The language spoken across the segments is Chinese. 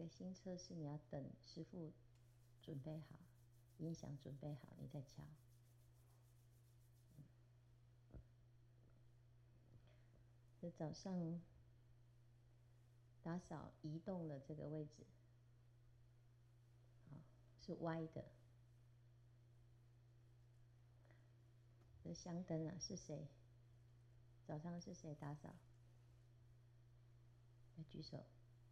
个新车是你要等师父准备好，音响准备好，你再敲。这早上打扫移动了这个位置，是歪的。这香灯啊，是谁？早上是谁打扫？来举手。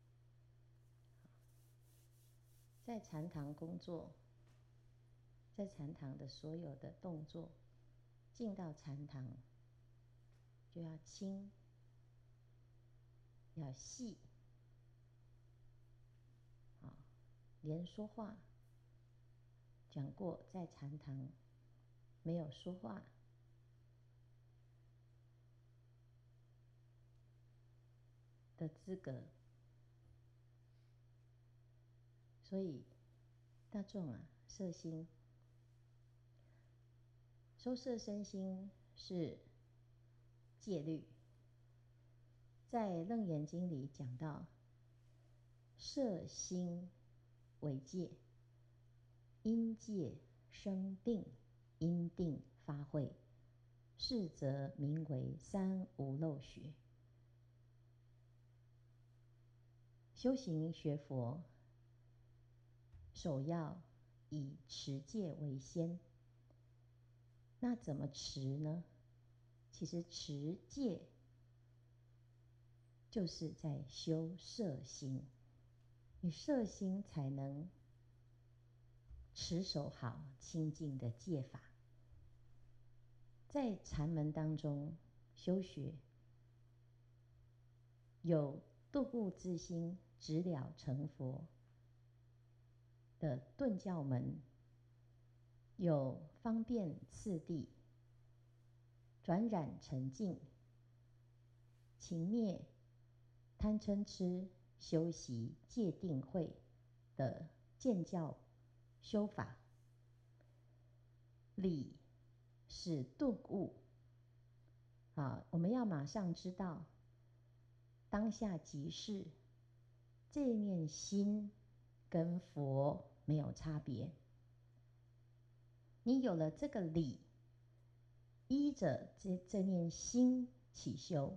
在禅堂工作，在禅堂的所有的动作，进到禅堂就要轻，要细，连说话讲过，在禅堂没有说话的资格。所以大众啊，摄心，收摄身心是戒律。在楞严经里讲到，摄心为戒，因戒生定，因定发慧，是则名为三无漏学。修行学佛，首要以持戒为先。那怎么持呢？其实持戒就是在修摄心，你摄心才能持守好清净的戒法。在禅门当中修学，有度故自心，直了成佛的顿教门，有方便次第，转染沉静，勤灭贪嗔痴，修习戒定慧的渐教修法。理是顿悟，我们要马上知道当下即是，这念心跟佛没有差别。你有了这个理，依着这念心起修。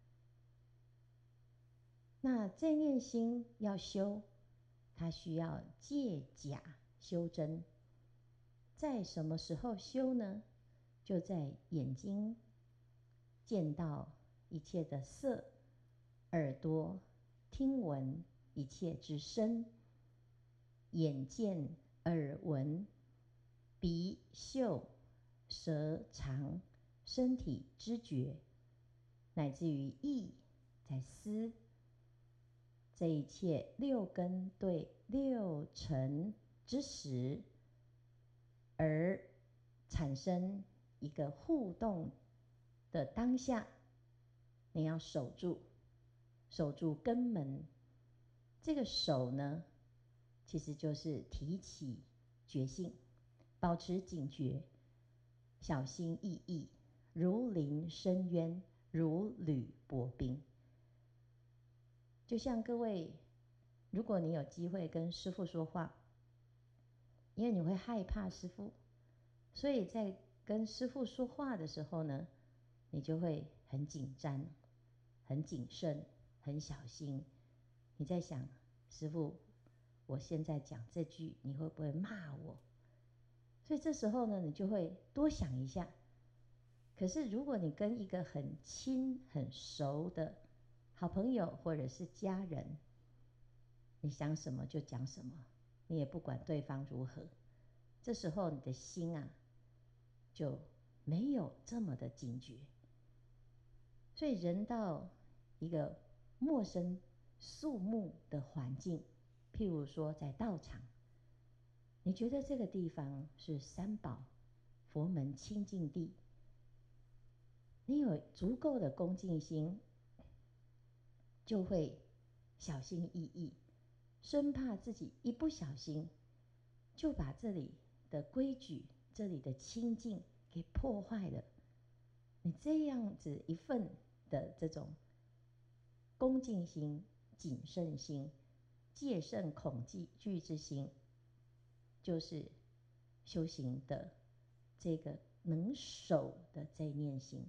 那这念心要修，它需要借假修真。在什么时候修呢？就在眼睛见到一切的色，耳朵听闻一切之声，眼见耳闻，鼻嗅舌尝，身体知觉，乃至于意在思，这一切六根对六尘之时，而产生一个互动的当下，你要守住，守住根门。这个守呢，其实就是提起觉性，保持警觉，小心翼翼，如临深渊，如履薄冰。就像各位，如果你有机会跟师父说话，因为你会害怕师父，所以在跟师父说话的时候呢，你就会很紧张、很谨慎、很小心。你在想，师父，我现在讲这句，你会不会骂我？所以这时候呢，你就会多想一下。可是如果你跟一个很亲、很熟的好朋友或者是家人，你想什么就讲什么，你也不管对方如何。这时候你的心啊，就没有这么的警觉。所以人到一个陌生肃穆的环境，譬如说在道场，你觉得这个地方是三宝佛门清净地，你有足够的恭敬心，就会小心翼翼，生怕自己一不小心就把这里的规矩、这里的清净给破坏了。你这样子一份的这种恭敬心、谨慎心， 戒慎恐惧之心，就是修行的这个能守的这念心。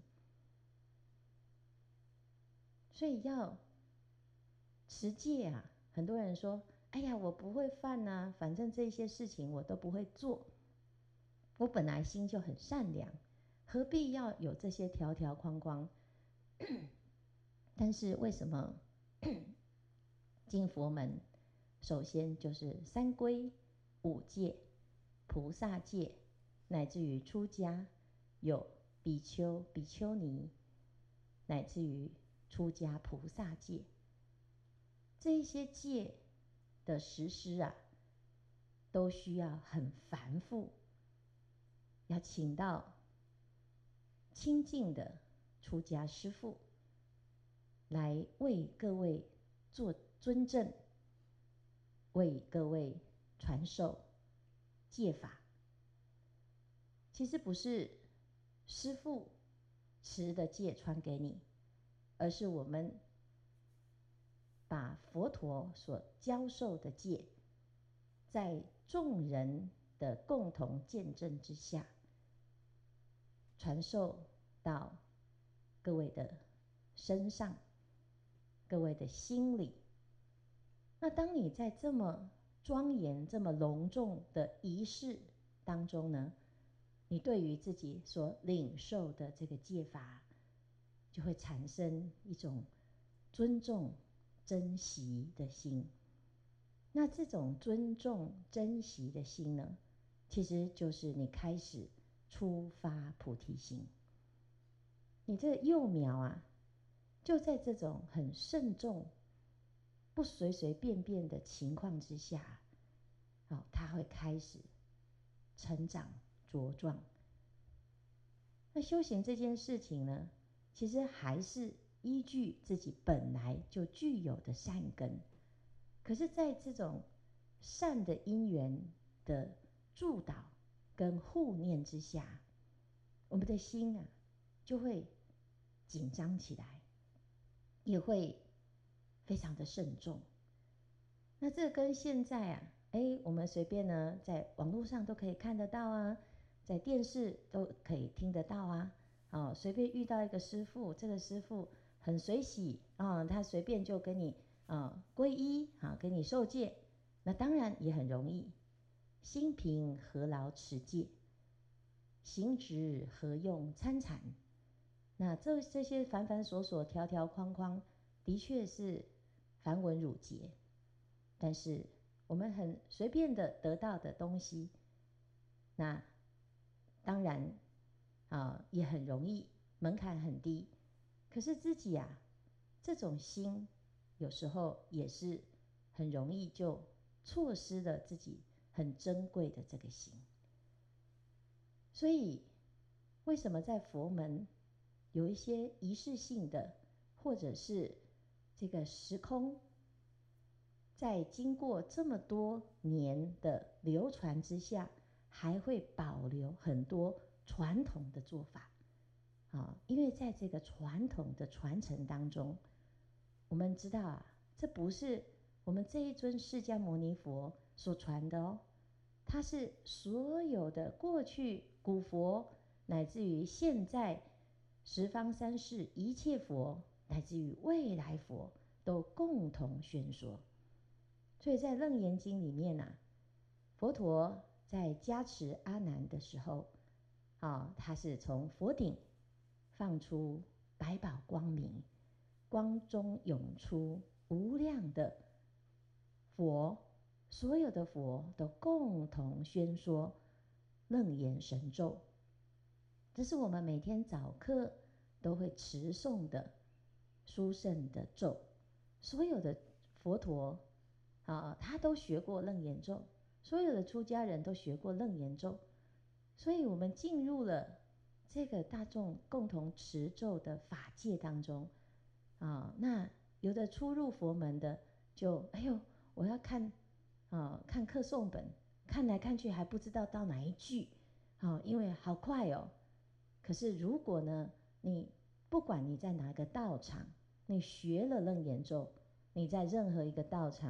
所以要持戒啊，很多人说：“哎呀，我不会犯啊，反正这些事情我都不会做，我本来心就很善良，何必要有这些条条框框？”但是为什么进佛门，首先就是三皈、五戒、菩萨戒，乃至于出家有比丘、比丘尼，乃至于出家菩萨戒，这一些戒的实施啊，都需要很繁复，要请到亲近的出家师父来为各位做尊正，为各位传授戒法。其实不是师父持的戒传给你，而是我们把佛陀所教授的戒，在众人的共同见证之下，传授到各位的身上，各位的心里。那当你在这么庄严、这么隆重的仪式当中呢，你对于自己所领受的这个戒法，就会产生一种尊重、珍惜的心。那这种尊重、珍惜的心呢，其实就是你开始出发菩提心。你这幼苗啊，就在这种很慎重、不随随便便的情况之下，它会开始成长茁壮。那修行这件事情呢，其实还是依据自己本来就具有的善根。可是在这种善的因缘的助导跟护念之下，我们的心啊就会紧张起来，也会非常的慎重。那这跟现在啊，我们随便呢在网络上都可以看得到啊，在电视都可以听得到啊。随便遇到一个师父，这个师父很随喜啊，他随便就跟你皈依啊，给你受戒，那当然也很容易。心平何劳持戒，行止何用参禅。那这些繁繁琐琐、条条框框，的确是繁文缛节。但是我们很随便的得到的东西，那当然也很容易，门槛很低。可是自己啊，这种心有时候也是很容易就错失了自己很珍贵的这个心。所以为什么在佛门有一些仪式性的，或者是这个时空，在经过这么多年的流传之下，还会保留很多传统的做法因为在这个传统的传承当中，我们知道啊，这不是我们这一尊释迦牟尼佛所传的哦，它是所有的过去古佛，乃至于现在十方三世一切佛，乃至于未来佛，都共同宣说。所以在《楞严经》里面啊，佛陀在加持阿难的时候他是从佛顶放出百宝光明，光中涌出无量的佛，所有的佛都共同宣说楞严神咒。这是我们每天早课都会持诵的殊胜的咒。所有的佛陀他都学过楞严咒，所有的出家人都学过楞严咒，所以我们进入了这个大众共同持咒的法界当中那有的初入佛门的就我要看看课诵本，看来看去还不知道到哪一句因为好快哦。可是如果呢，你不管你在哪个道场，你学了楞严咒，你在任何一个道场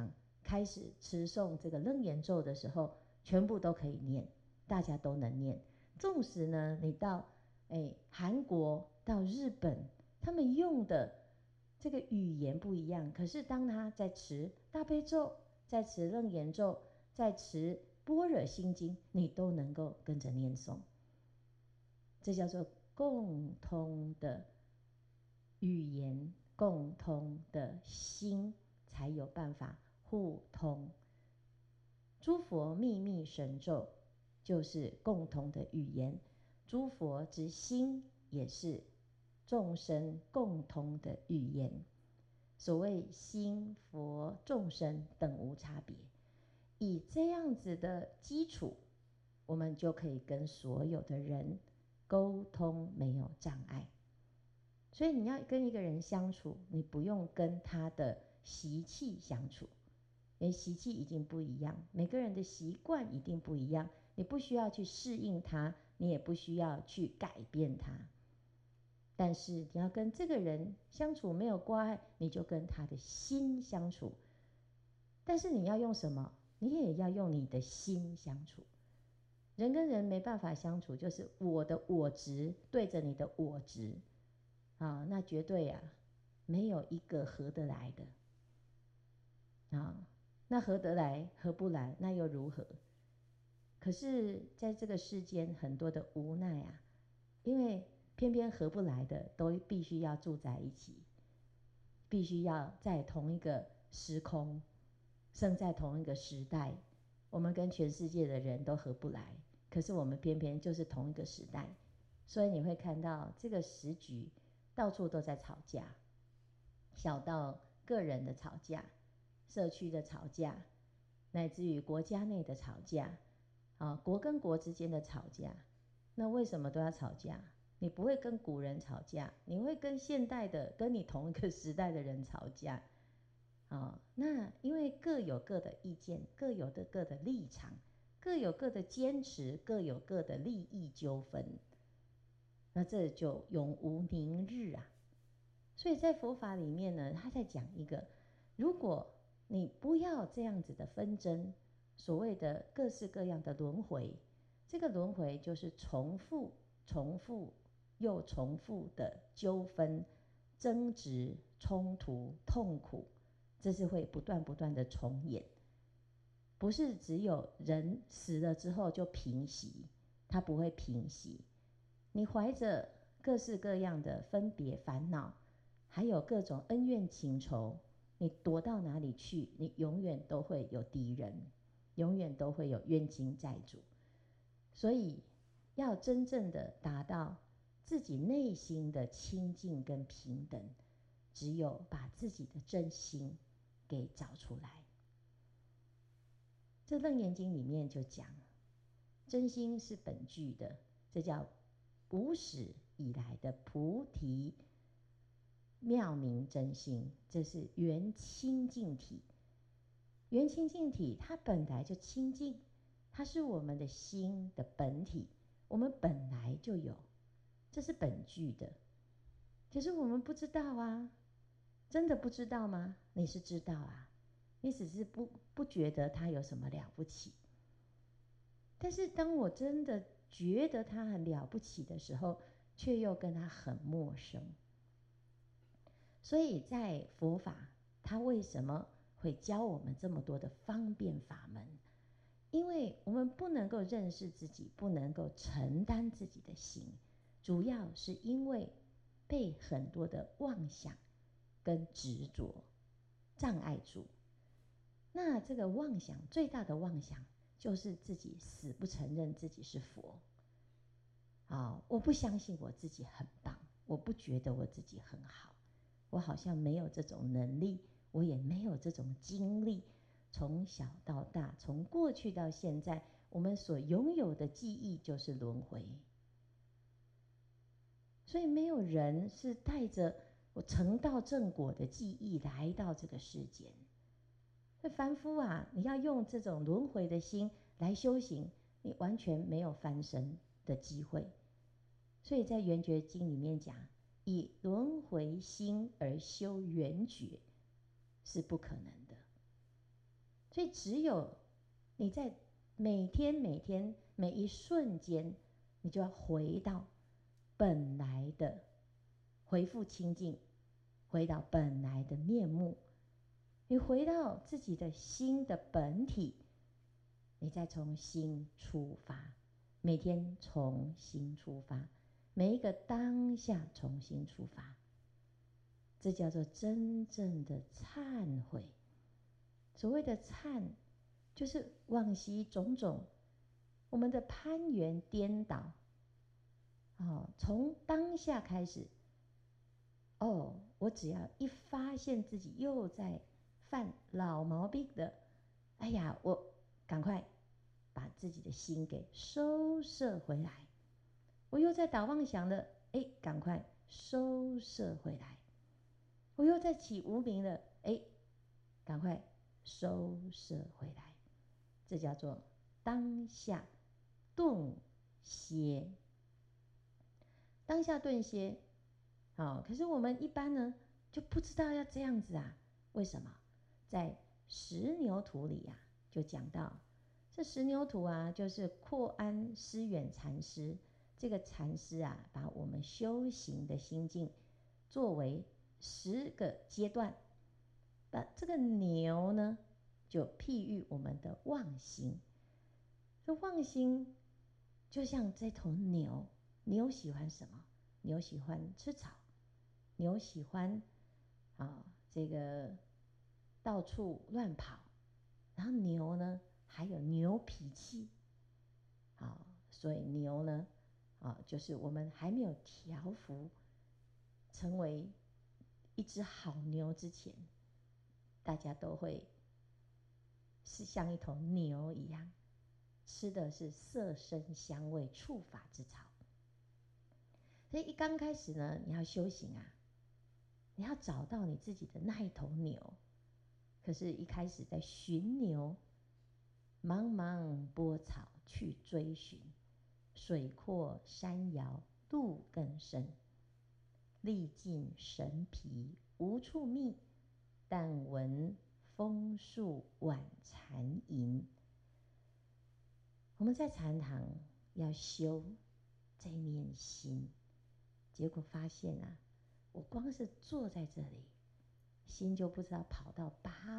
开始持诵这个楞严咒的时候，全部都可以念，大家都能念。纵使呢，你到韩国、到日本，他们用的这个语言不一样，可是当他在持大悲咒、在持楞严咒、在持般若心经，你都能够跟着念诵。这叫做共通的语言，共通的心，才有办法互通。诸佛秘密神咒就是共同的语言，诸佛之心也是众生共同的语言。所谓心佛众生等无差别，以这样子的基础，我们就可以跟所有的人沟通，没有障碍。所以你要跟一个人相处，你不用跟他的习气相处，因为习气已经不一样，每个人的习惯一定不一样，你不需要去适应他，你也不需要去改变他。但是你要跟这个人相处没有挂碍，你就跟他的心相处。但是你要用什么？你也要用你的心相处。人跟人没办法相处，就是我的我执对着你的我执啊，那绝对呀，没有一个合得来的啊。那合得来合不来，那又如何？可是在这个世间，很多的无奈啊，因为偏偏合不来的都必须要住在一起，必须要在同一个时空，生在同一个时代。我们跟全世界的人都合不来，可是我们偏偏就是同一个时代，所以你会看到这个时局到处都在吵架，小到个人的吵架，社区的吵架，乃至于国家内的吵架，国跟国之间的吵架。那为什么都要吵架？你不会跟古人吵架，你会跟现代的跟你同一个时代的人吵架。那因为各有各的意见，各有各的立场，各有各的坚持，各有各的利益纠纷，那这就永无宁日啊。所以在佛法里面呢，他在讲一个，如果你不要这样子的纷争，所谓的各式各样的轮回，这个轮回就是重复、重复又重复的纠纷、争执、冲突、痛苦，这是会不断不断的重演。不是只有人死了之后就平息，它不会平息。你怀着各式各样的分别烦恼，还有各种恩怨情仇，你躲到哪里去？你永远都会有敌人，永远都会有冤亲债主。所以要真正的达到自己内心的清净跟平等，只有把自己的真心给找出来。这《楞严经》里面就讲，真心是本具的，这叫无始以来的菩提妙明真心，这是圆清净体。圆清净体它本来就清净，它是我们的心的本体，我们本来就有，这是本具的。可是我们不知道啊，真的不知道吗？你是知道啊，你只是不觉得它有什么了不起。但是当我真的觉得它很了不起的时候，却又跟它很陌生。所以在佛法，它为什么会教我们这么多的方便法门？因为我们不能够认识自己，不能够承担自己的心，主要是因为被很多的妄想跟执着障碍住。那这个妄想，最大的妄想就是自己死不承认自己是佛。我不相信我自己很棒，我不觉得我自己很好，我好像没有这种能力，我也没有这种经历。从小到大，从过去到现在，我们所拥有的记忆就是轮回。所以没有人是带着我成道正果的记忆来到这个世间。那凡夫啊，你要用这种轮回的心来修行，你完全没有翻身的机会。所以在圆觉经里面讲，以轮回心而修圆觉是不可能的。 所以只有你在每天每一瞬间，你就要回到本来的，恢复清净，回到本来的面目，你回到自己的心的本体，你再从心出发，每天从心出发，每一个当下重新出发，这叫做真正的忏悔。所谓的忏，就是往昔种种我们的攀缘颠倒，从当下开始，我只要一发现自己又在犯老毛病的，哎呀，我赶快把自己的心给收摄回来。我又在打妄想了，赶快收摄回来。我又在起无明了，赶快收摄回来。这叫做当下顿歇。当下顿歇，可是我们一般呢就不知道要这样子啊？为什么？在十牛图里啊，就讲到这十牛图啊，就是阔安思远禅师。这个禅师啊，把我们修行的心境作为10个阶段，把这个牛呢，就譬喻我们的妄心。说妄心就像这头牛，牛喜欢什么？牛喜欢吃草，牛喜欢这个到处乱跑，然后牛呢还有牛脾气，所以牛呢就是我们还没有调伏成为一只好牛之前，大家都会是像一头牛一样，吃的是色声香味触法之草。所以一刚开始呢，你要修行啊，你要找到你自己的那一头牛。可是一开始在寻牛，茫茫波草去追寻，水阔山遥路更深，历尽神疲无处觅，但闻枫树晚蝉吟。我们在禅堂要修这面心，结果发现啊，我光是坐在这里，心就不知道跑到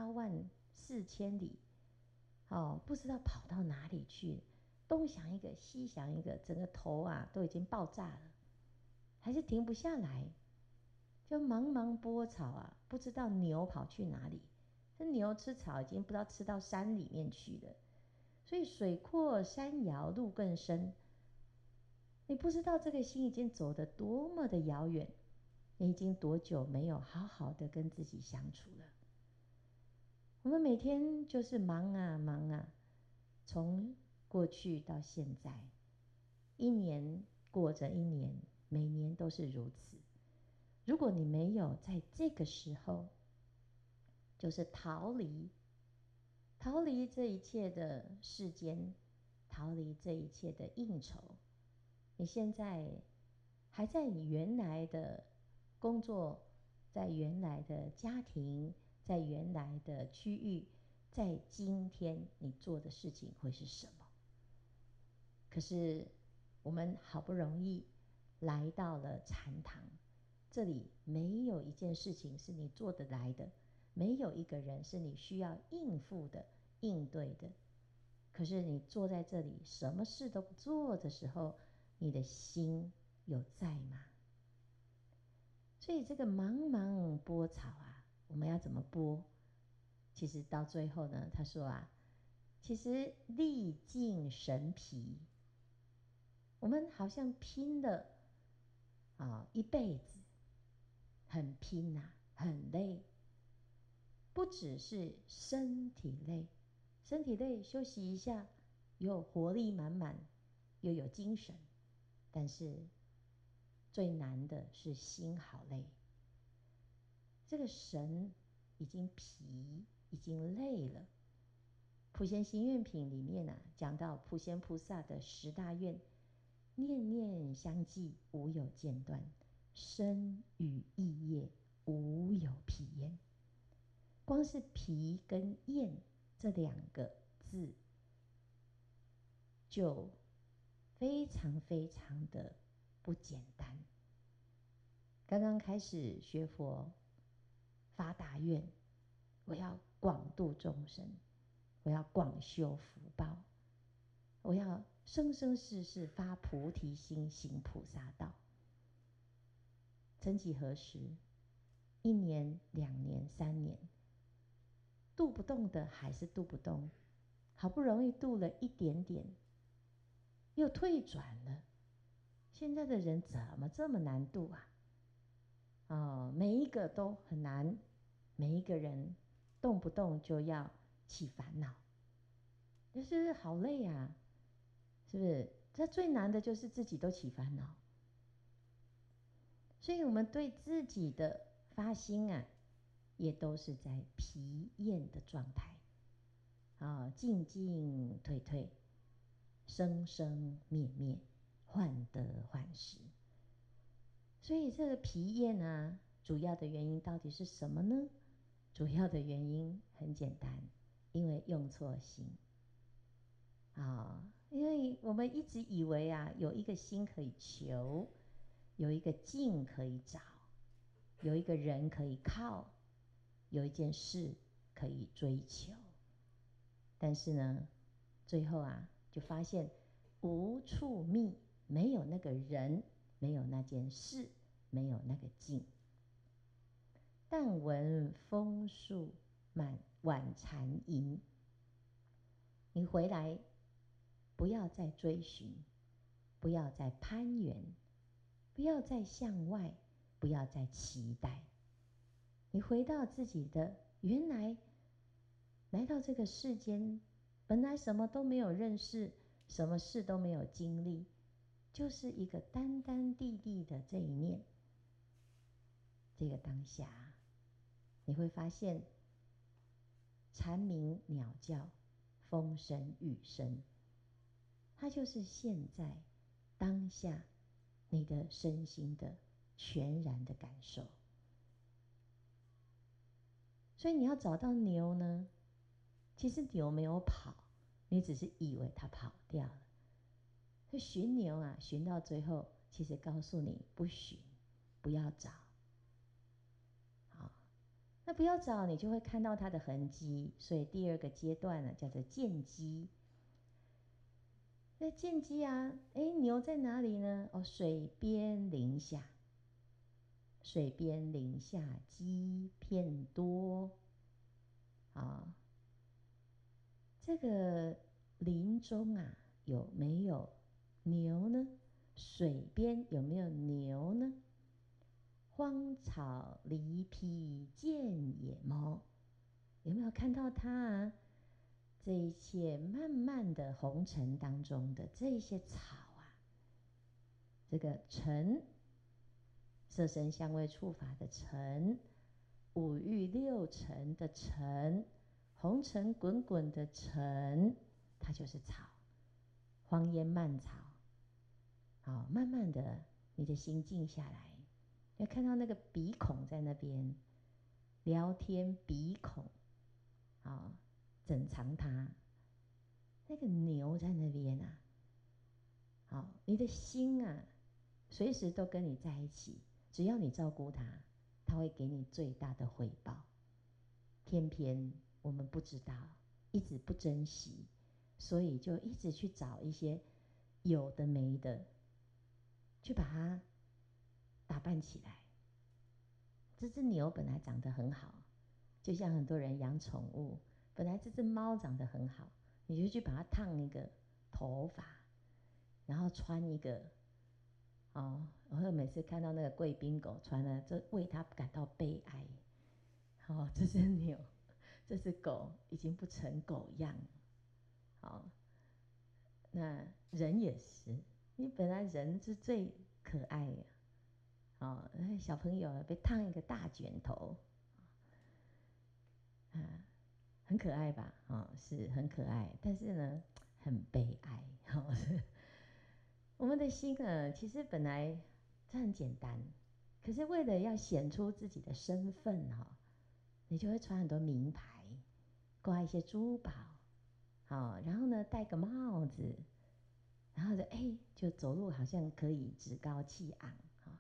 84000里，不知道跑到哪里去，东想一个西想一个，整个头啊都已经爆炸了，还是停不下来。就茫茫波草啊，不知道牛跑去哪里，这牛吃草已经不知道吃到山里面去了。所以水阔山遥路更深，你不知道这个心已经走得多么的遥远，你已经多久没有好好的跟自己相处了。我们每天就是忙啊忙啊，从过去到现在，一年过着一年，每年都是如此。如果你没有在这个时候，就是逃离这一切的世间，逃离这一切的应酬，你现在还在你原来的工作，在原来的家庭，在原来的区域，在今天你做的事情会是什么？可是我们好不容易来到了禅堂，这里没有一件事情是你做得来的，没有一个人是你需要应付的、应对的。可是你坐在这里，什么事都不做的时候，你的心有在吗？所以这个茫茫波草啊，我们要怎么播？其实到最后呢，他说啊，其实历尽神疲，我们好像拼了一辈子，很拼啊，很累。不只是身体累，身体累休息一下，又活力满满，又有精神。但是最难的是心好累，这个神已经疲，已经累了。普贤行愿品里面讲到普贤菩萨的10大愿，念念相继，无有间断，身语意业，无有疲厌。光是疲跟厌这2个字就非常非常的不简单。刚刚开始学佛，发大愿，我要广度众生，我要广修福报，我要生生世世发菩提心，行菩萨道。曾几何时，1年、2年、3年，度不动的还是度不动，好不容易度了一点点，又退转了。现在的人怎么这么难度啊？每一个都很难，每一个人动不动就要起烦恼，就是好累啊，是不是？这最难的就是自己都起烦恼，所以我们对自己的发心也都是在疲厌的状态进进退退，生生灭灭，患得患失。所以这个疲厌主要的原因到底是什么呢？主要的原因很简单，因为用错心因为我们一直以为有一个心可以求，有一个境可以找，有一个人可以靠，有一件事可以追求。但是呢，最后就发现无处觅，没有那个人，没有那件事，没有那个境。但闻枫树晚蝉吟，你回来不要再追寻，不要再攀援，不要再向外，不要再期待。你回到自己的原来，来到这个世间，本来什么都没有认识，什么事都没有经历，就是一个单单地地的这一念，这个当下你会发现蝉鸣鸟叫，风声雨声，它就是现在当下你的身心的全然的感受。所以你要找到牛呢，其实牛没有跑，你只是以为它跑掉了。所以寻牛寻到最后，其实告诉你不寻，不要找。那不要找，你就会看到它的痕迹。所以第2个阶段呢，叫做见机。那见机牛在哪里呢？水边林下，水边林下鸡片多这个林中有没有牛呢？水边有没有牛呢？荒草离披见野猫，有没有看到它这一切漫漫的红尘当中的这一些草这个尘，色声香味触法的尘，5欲6尘的尘，红尘滚滚的尘，它就是草，荒烟蔓草。慢慢的你的心静下来，要看到那个鼻孔在那边聊天，鼻孔整藏它，那个牛在那边你的心随时都跟你在一起，只要你照顾它，它会给你最大的回报。偏偏我们不知道，一直不珍惜，所以就一直去找一些有的没的，去把它打扮起来。这只牛本来长得很好，就像很多人养宠物，本来这只猫长得很好，你就去把它烫一个头发，然后穿一个我每次看到那个贵宾狗穿了，这为它感到悲哀。这只牛，这只狗已经不成狗样。那人也是，你本来人是最可爱小朋友被烫一个大卷头，很可爱吧？是很可爱，但是呢，很悲哀。我们的心其实本来这很简单，可是为了要显出自己的身份你就会穿很多名牌， 挂一些珠宝，好，然后呢戴个帽子，然后就走路好像可以趾高气昂，好。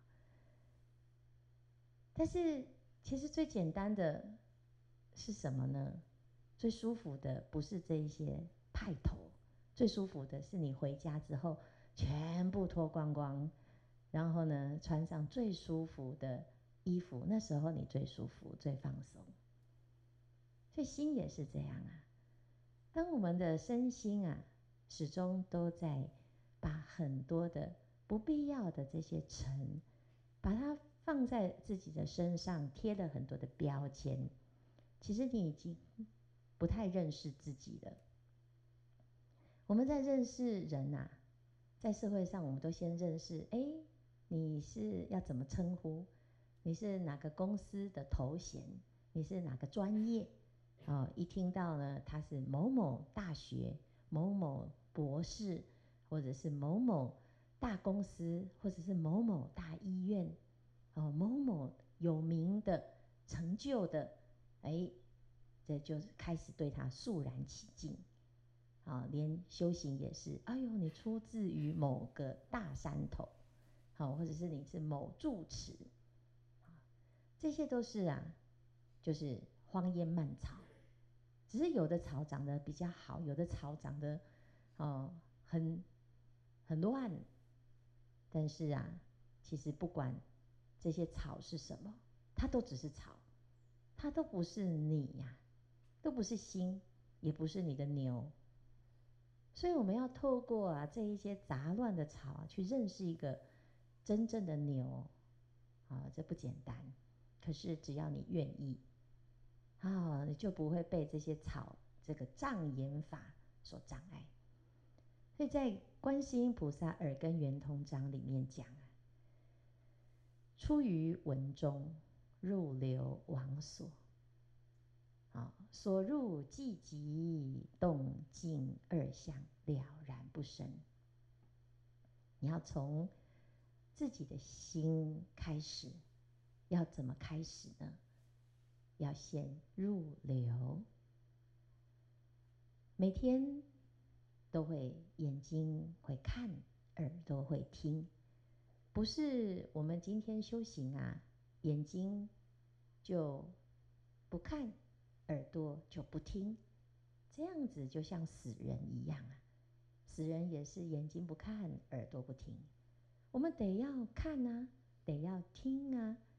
但是其实最简单的是什么呢？最舒服的不是这一些派头，最舒服的是你回家之后全部脱光光，然后呢穿上最舒服的衣服，那时候你最舒服最放松。所以心也是这样啊，当我们的身心啊始终都在把很多的不必要的这些尘，把它放在自己的身上，贴了很多的标签，其实你已经不太认识自己了。我们在认识人啊，在社会上我们都先认识，你是要怎么称呼？你是哪个公司的头衔？你是哪个专业？一听到呢，他是某某大学、某某博士，或者是某某大公司，或者是某某大医院，某某有名的、成就的，这就是开始对他肃然起敬。连修行也是，哎呦，你出自于某个大山头，或者是你是某住持，这些都是啊，就是荒烟蔓草。只是有的草长得比较好，有的草长得很乱，但是啊，其实不管这些草是什么，它都只是草，它都不是你呀，都不是心，也不是你的牛。所以我们要透过这一些杂乱的草去认识一个真正的牛这不简单。可是只要你愿意你就不会被这些草这个障眼法所障碍。所以在观世音菩萨耳根圆通章里面讲出于文中，入流王所，所入寂极，动静二相了然不生。你要从自己的心开始，要怎么开始呢？要先入流，每天都会眼睛会看，耳朵会听，不是我们今天修行眼睛就不看，耳朵就不听，这样子就像死人一样死人也是眼睛不看，耳朵不听。我们得要看得要听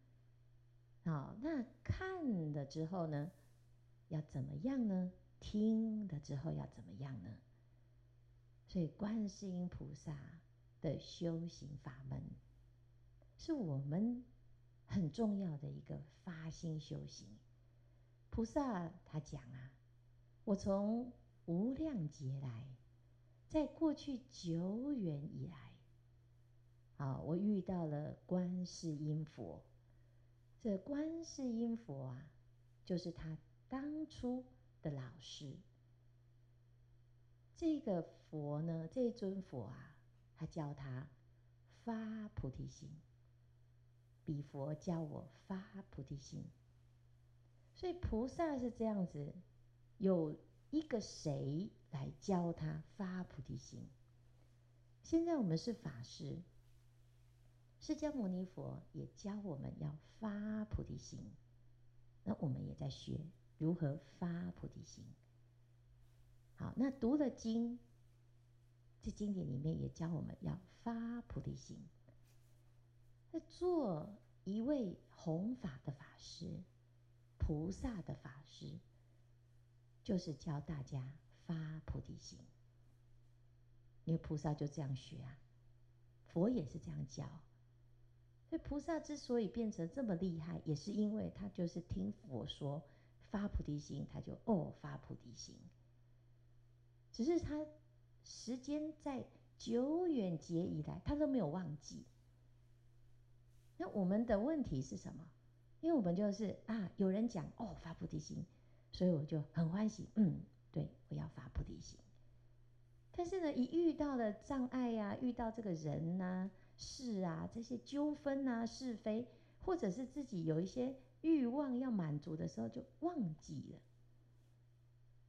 那看了之后呢，要怎么样呢？听了之后要怎么样呢？所以观世音菩萨的修行法门，是我们很重要的一个发心修行。菩萨他讲我从无量劫来，在过去久远以来，我遇到了观世音佛。这观世音佛就是他当初的老师。这个佛呢，这一尊佛他教他发菩提心，彼佛教我发菩提心。所以菩萨是这样子，有一个谁来教他发菩提心。现在我们是法师，释迦牟尼佛也教我们要发菩提心，那我们也在学如何发菩提心。好，那读了经，这经典里面也教我们要发菩提心。那做一位弘法的法师，菩萨的法师，就是教大家发菩提心。因为菩萨就这样学佛也是这样教。所以菩萨之所以变成这么厉害，也是因为他就是听佛说发菩提心，他就发菩提心。只是他时间在久远劫以来，他都没有忘记。那我们的问题是什么？因为我们就是有人讲发菩提心，所以我就很欢喜，对，我要发菩提心。但是呢，一遇到了障碍遇到这个人事这些纠纷是非，或者是自己有一些欲望要满足的时候，就忘记了。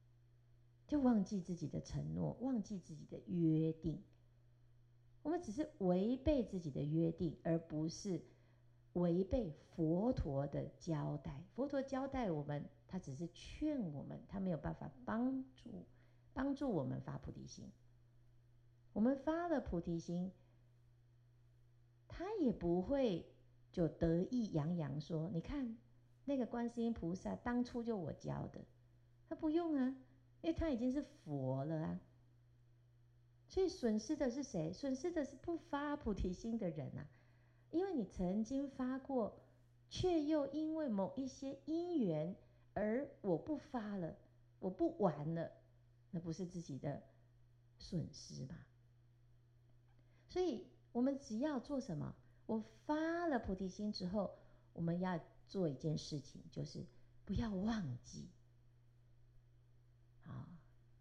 就忘记自己的承诺，忘记自己的约定。我们只是违背自己的约定，而不是违背佛陀的交代。佛陀交代我们，他只是劝我们，他没有办法帮助我们发菩提心。我们发了菩提心，他也不会就得意洋洋说：“你看，那个观世音菩萨当初就我教的。”他不用啊，因为他已经是佛了啊。所以损失的是谁？损失的是不发菩提心的人啊。因为你曾经发过，却又因为某一些因缘而我不发了，我不玩了，那不是自己的损失吗？所以我们只要做什么？我发了菩提心之后，我们要做一件事情，就是不要忘记啊，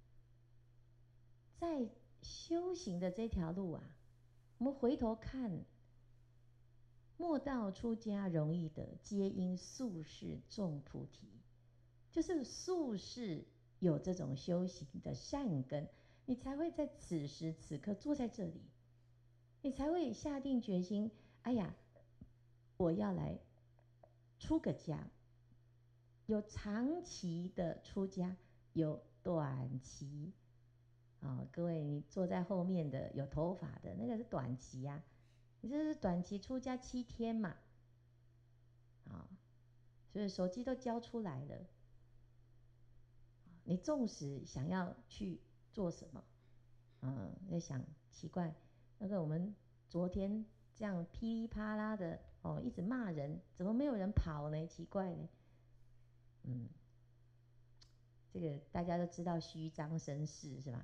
在修行的这条路啊，我们回头看，莫道出家容易得，皆因宿世种菩提。就是宿世有这种修行的善根，你才会在此时此刻坐在这里，你才会下定决心，哎呀，我要来出个家。有长期的出家，有短期各位，你坐在后面的有头发的那个是短期啊，你这是短期出家7天嘛，所以手机都交出来了。你纵使想要去做什么，在想奇怪，那个我们昨天这样噼里啪啦的一直骂人，怎么没有人跑呢？奇怪呢，这个大家都知道虚张声势是吧？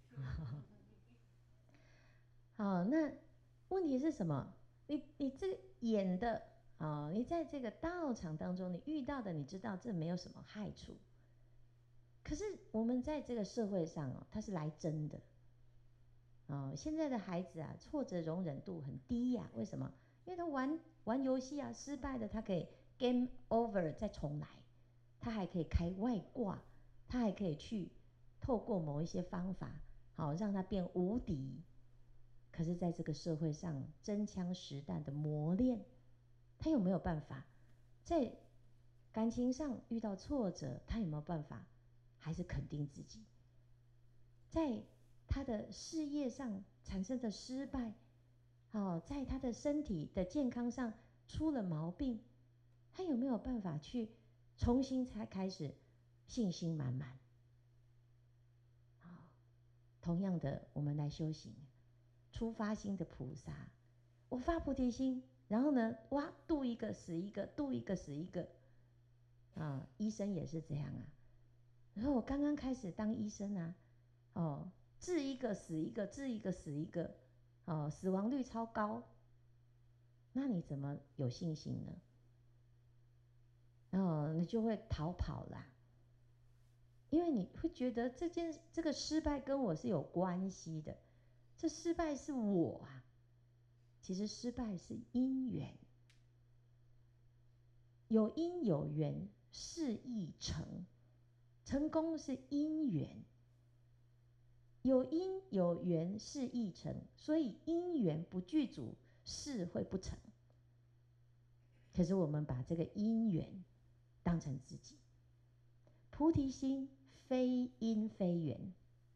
好，那问题是什么？你这个演的你在这个道场当中，你遇到的，你知道这没有什么害处。可是我们在这个社会上他是来真的现在的孩子啊，挫折容忍度很低呀。为什么？因为他玩游戏啊，失败的他可以 game over 再重来，他还可以开外挂，他还可以去透过某一些方法让他变无敌。可是在这个社会上真枪实弹的磨练，他有没有办法在感情上遇到挫折，他有没有办法还是肯定自己？在他的事业上产生的失败在他的身体的健康上出了毛病，他有没有办法去重新才开始信心满满？同样的，我们来修行，初发心的菩萨，我发菩提心，然后呢，哇，度一个死一个，度一个死一个医生也是这样啊。然后我刚刚开始当医生啊，治一个死一个，治一个死一个，死亡率超高，那你怎么有信心呢？你就会逃跑啦，因为你会觉得这个失败跟我是有关系的，这失败是我啊。其实失败是因缘，有因有缘，事亦成。成功是因缘，有因有缘，事亦成。所以因缘不具足，事会不成。可是我们把这个因缘当成自己，菩提心非因非缘。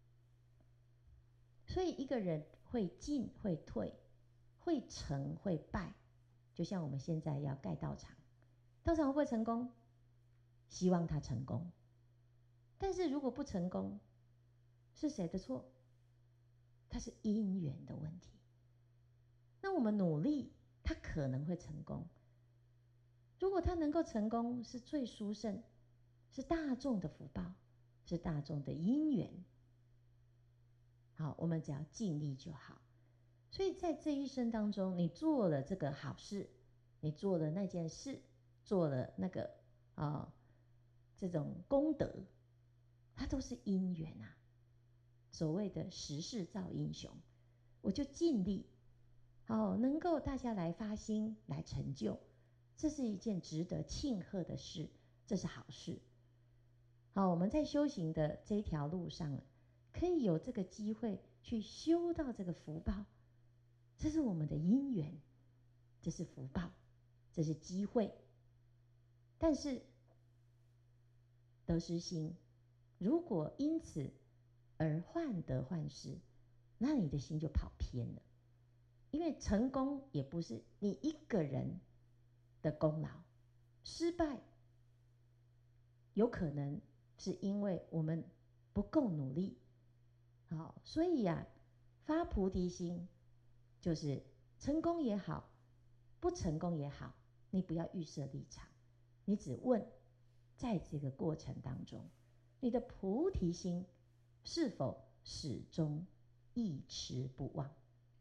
所以一个人会进会退，会成会败。就像我们现在要盖道场，道场会不会成功？希望他成功。但是如果不成功，是谁的错？它是因缘的问题。那我们努力，他可能会成功。如果他能够成功，是最殊胜，是大众的福报，是大众的因缘。好，我们只要尽力就好。所以在这一生当中，你做了这个好事，你做了那件事，做了那个这种功德，它都是因缘啊。所谓的时势造英雄，我就尽力能够大家来发心来成就，这是一件值得庆贺的事，这是好事好，我们在修行的这一条路上，可以有这个机会去修到这个福报，这是我们的因缘，这是福报，这是机会。但是得失心，如果因此而患得患失，那你的心就跑偏了。因为成功也不是你一个人的功劳，失败有可能是因为我们不够努力。好，所以呀，发菩提心就是成功也好，不成功也好，你不要预设立场，你只问在这个过程当中，你的菩提心是否始终一持不忘。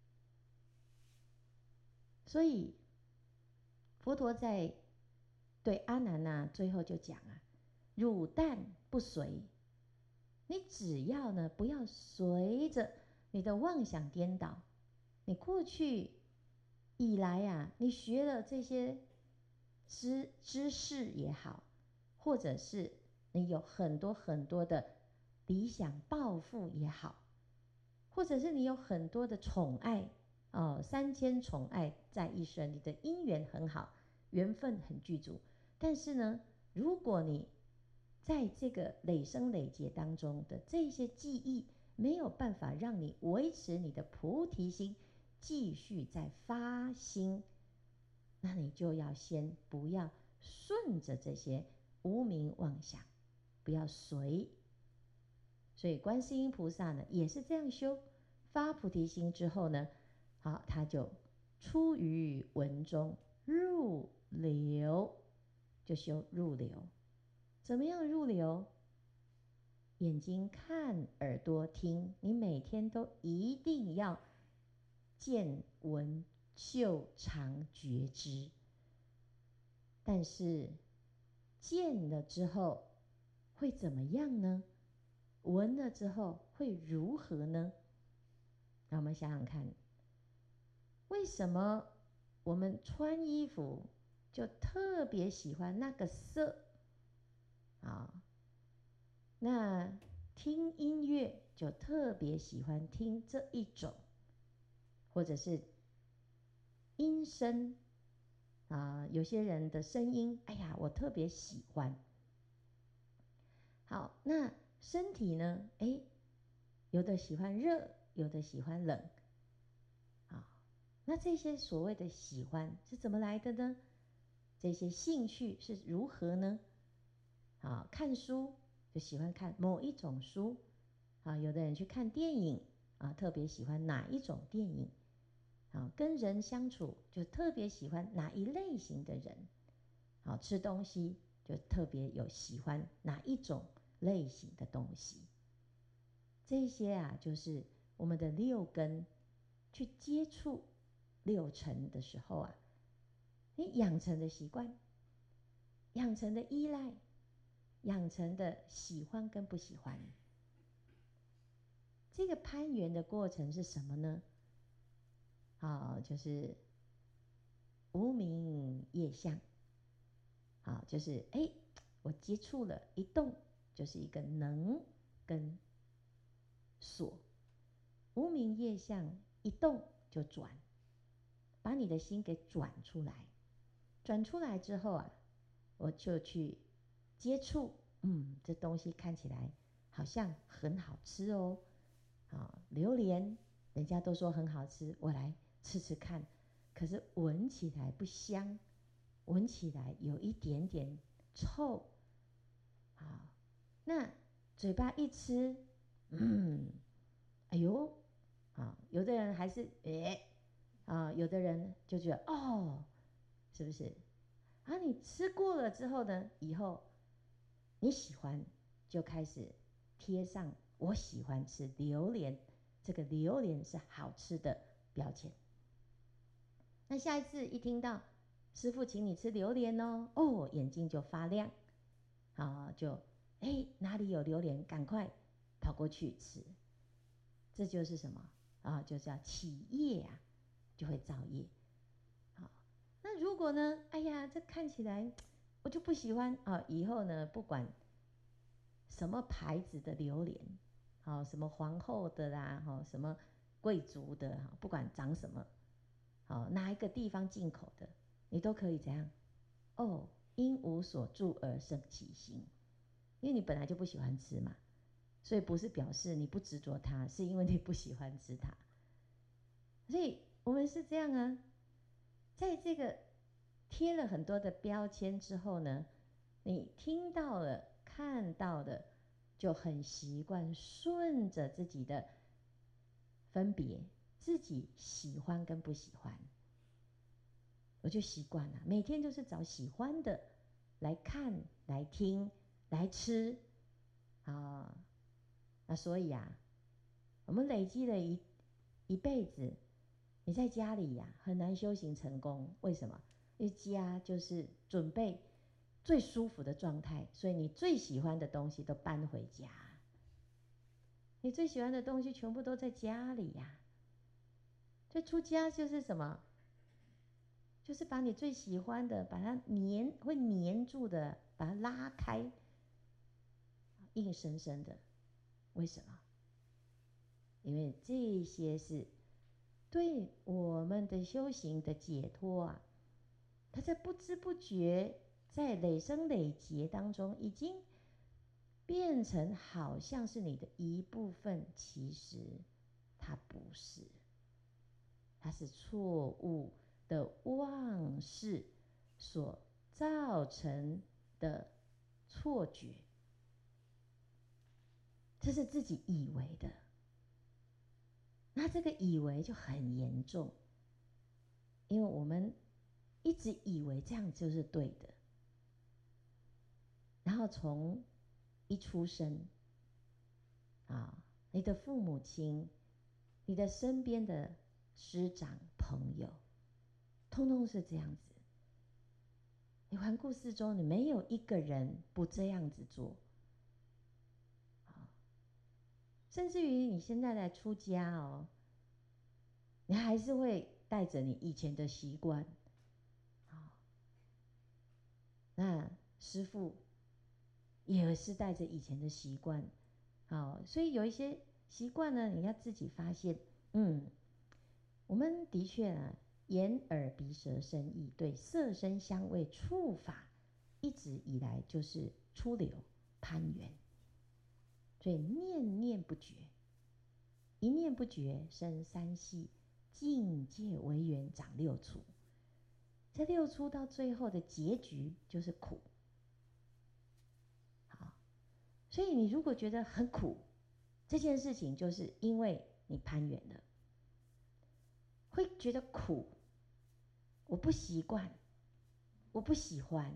所以佛陀在对阿难啊，最后就讲啊，汝但不随，你只要呢不要随着你的妄想颠倒。你过去以来啊，你学了这些知识也好，或者是你有很多很多的理想抱负也好，或者是你有很多的宠爱哦，3000宠爱在一身，你的姻缘很好，缘分很具足。但是呢，如果你在这个累生累劫当中的这些记忆没有办法让你维持你的菩提心，继续在发心，那你就要先不要顺着这些无明妄想，不要随。所以观世音菩萨呢也是这样修，发菩提心之后呢，好，他就出于文中入流，就修入流。怎么样入流？眼睛看，耳朵听，你每天都一定要见闻嗅尝觉知。但是见了之后会怎么样呢？闻了之后会如何呢？让我们想想看，为什么我们穿衣服就特别喜欢那个色啊？那听音乐就特别喜欢听这一种，或者是音声啊，有些人的声音，哎呀，我特别喜欢。好，那身体呢？哎，有的喜欢热，有的喜欢冷。啊，那这些所谓的喜欢是怎么来的呢？这些兴趣是如何呢？啊，看书就喜欢看某一种书，啊，有的人去看电影啊，特别喜欢哪一种电影，啊，跟人相处就特别喜欢哪一类型的人，啊，吃东西就特别有喜欢哪一种类型的东西。这些啊，就是我们的六根去接触六尘的时候啊，你养成的习惯，养成的依赖，养成的喜欢跟不喜欢。这个攀缘的过程是什么呢？啊，就是无明业相。啊，就是哎，我接触了一动，就是一个能跟所。无明业相一动就转，把你的心给转出来。转出来之后啊，我就去接触，这东西看起来好像很好吃哦。啊，榴莲，人家都说很好吃，我来吃吃看。可是闻起来不香，闻起来有一点点臭。啊，那嘴巴一吃，哎呦，啊，有的人还是有的人就觉得哦，是不是？啊，你吃过了之后呢，以后你喜欢就开始贴上我喜欢吃榴莲，这个榴莲是好吃的标签。那下一次一听到师父请你吃榴莲哦，哦，眼睛就发亮，啊，就哪里有榴莲，赶快跑过去吃。这就是什么啊？就叫起业啊，就会造业。好，那如果呢？哎呀，这看起来我就不喜欢啊！以后呢，不管什么牌子的榴莲，好，什么皇后的啦，好，什么贵族的，好，不管长什么，好，哪一个地方进口的，你都可以怎样？哦，因无所住而生其心，因为你本来就不喜欢吃嘛，所以不是表示你不执着它，是因为你不喜欢吃它。所以我们是这样啊，在这个贴了很多的标签之后呢，你听到了、看到的，就很习惯顺着自己的分别，自己喜欢跟不喜欢，我就习惯了，每天就是找喜欢的来看、来听、来吃啊。那所以啊，我们累积了一辈子，你在家里呀，很难修行成功。为什么？因为家就是准备最舒服的状态，所以你最喜欢的东西都搬回家，你最喜欢的东西全部都在家里呀。所以出家就是什么？就是把你最喜欢的，把它会黏住的，把它拉开，硬生生的。为什么？因为这些是对我们的修行的解脱啊，它在不知不觉，在累生累劫当中，已经变成好像是你的一部分，其实它不是，它是错误的妄识所造成的错觉，这是自己以为的。那这个以为就很严重，因为我们一直以为这样就是对的，然后从一出生啊，你的父母亲、你的身边的师长朋友，通通是这样子。你环顾四周，你没有一个人不这样子做。甚至于你现在来出家哦，你还是会带着你以前的习惯。那师父也是带着以前的习惯，好，所以有一些习惯呢，你要自己发现。我们的确啊，眼耳鼻舌身意对色声香味触法，一直以来就是出流攀缘，所以念念不绝，一念不绝生三系，境界为缘长六出。这六出到最后的结局就是苦。好，所以你如果觉得很苦，这件事情就是因为你攀缘了，会觉得苦，我不习惯，我不喜欢，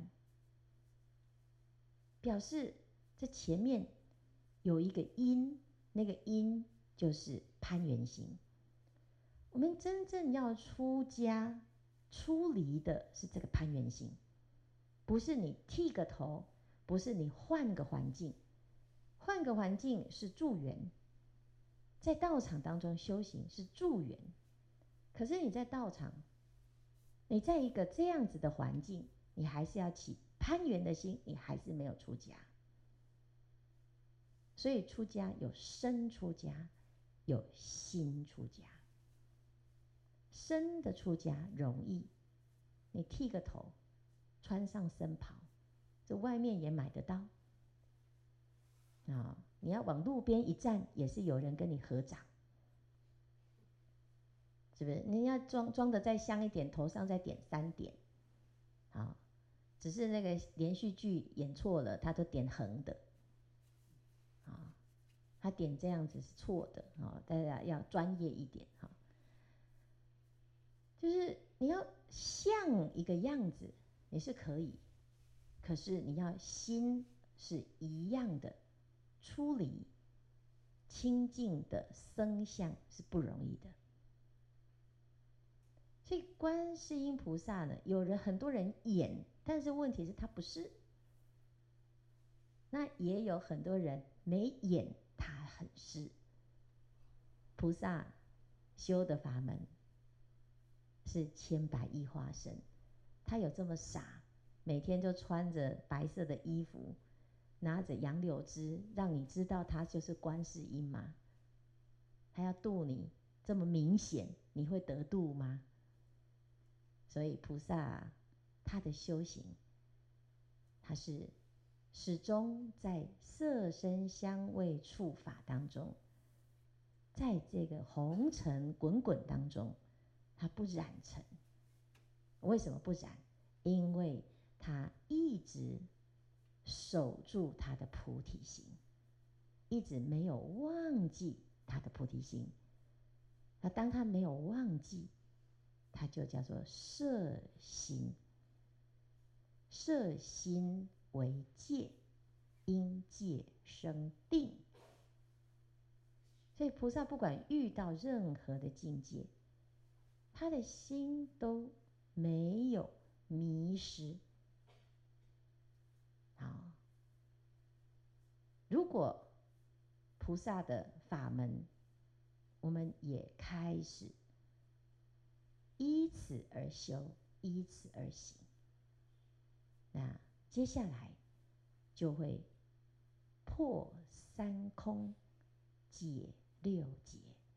表示这前面有一个因，那个因就是攀缘心。我们真正要出家出离的是这个攀缘心，不是你剃个头，不是你换个环境。换个环境是助缘，在道场当中修行是助缘，可是你在道场，你在一个这样子的环境，你还是要起攀缘的心，你还是没有出家。所以出家有身出家，有心出家。身的出家容易，你剃个头，穿上僧袍，这外面也买得到啊。你要往路边一站，也是有人跟你合掌，是不是？你要装的再香一点，头上再点3点，好，只是那个连续剧演错了，他都点横的，啊，他点这样子是错的，啊，大家要专业一点，哈，就是你要像一个样子，你是可以，可是你要心是一样的，出离清净的僧相是不容易的。所以观世音菩萨呢，很多人演，但是问题是他不是。那也有很多人没演，他很是。菩萨修的法门是千百亿化身，他有这么傻，每天就穿着白色的衣服， 拿着杨柳枝，让你知道他就是观世音吗？他要度你，这么明显，你会得度吗？所以菩萨他的修行，他是始终在色声香味触法当中，在这个红尘滚滚当中，他不染尘。为什么不染？因为他一直守住他的菩提心，一直没有忘记他的菩提心。那当他没有忘记，他就叫做摄心。摄心为戒，因戒生定。所以菩萨不管遇到任何的境界，他的心都没有迷失。好，如果菩萨的法门，我们也开始依此而修，依此而行，那接下来就会破三空，解六劫，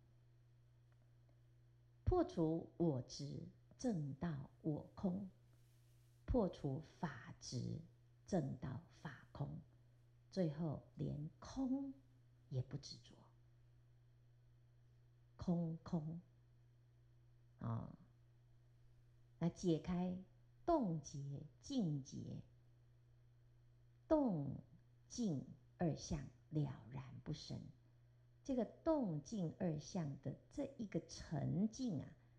破除我执，正道我空，破除法执，正道法空，最后连空也不执着，空空啊，那解开动结、静结，动静二相了然不生。这个动静二相的这一个沉静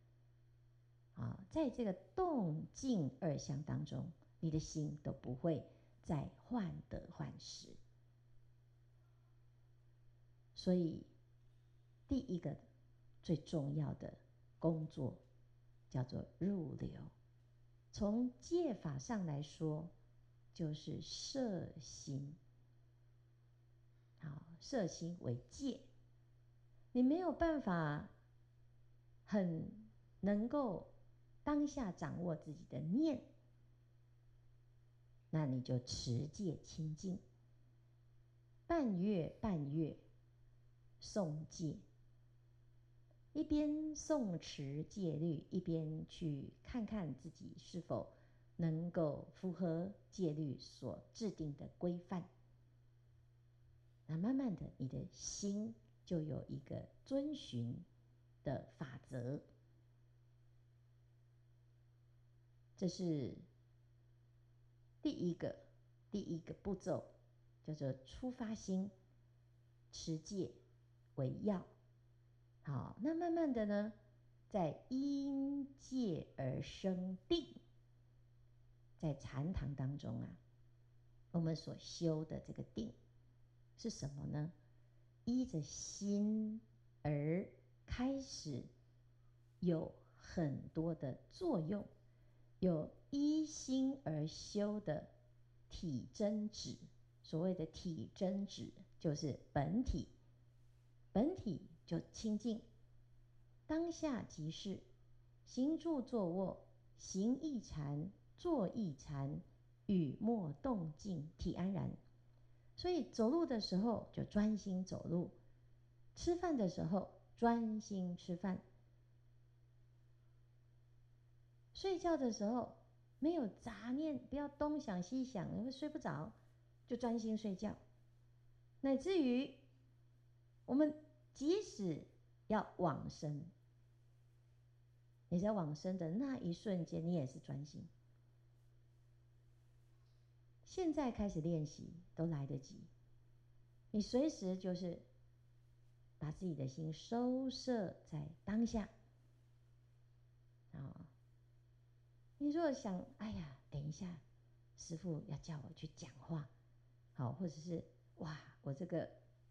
在这个动静二相当中，你的心都不会再患得患失。所以第一个最重要的工作叫做入流。从戒法上来说，就是摄心。好，摄心为戒。你没有办法很能够当下掌握自己的念，那你就持戒清净，半月半月诵戒，一边诵持戒律，一边去看看自己是否能够符合戒律所制定的规范。那慢慢的，你的心就有一个遵循的法则。这是第一个步骤，叫做出发心，持戒为要。好，那慢慢的呢，在因戒而生定。在禅堂当中我们所修的这个定是什么呢？依着心而开始有很多的作用，有依心而修的体真止。所谓的体真止，就是本体，本体就清净，当下即是，行住坐卧，行亦禅，坐亦禅，语默动静，体安然。所以走路的时候就专心走路，吃饭的时候专心吃饭，睡觉的时候没有杂念，不要东想西想，会睡不着，就专心睡觉。乃至于我们即使要往生，你在往生的那一瞬间，你也是专心。现在开始练习都来得及，你随时就是把自己的心收摄在当下你如果想，哎呀，等一下，师父要叫我去讲话，好，或者是哇，我这个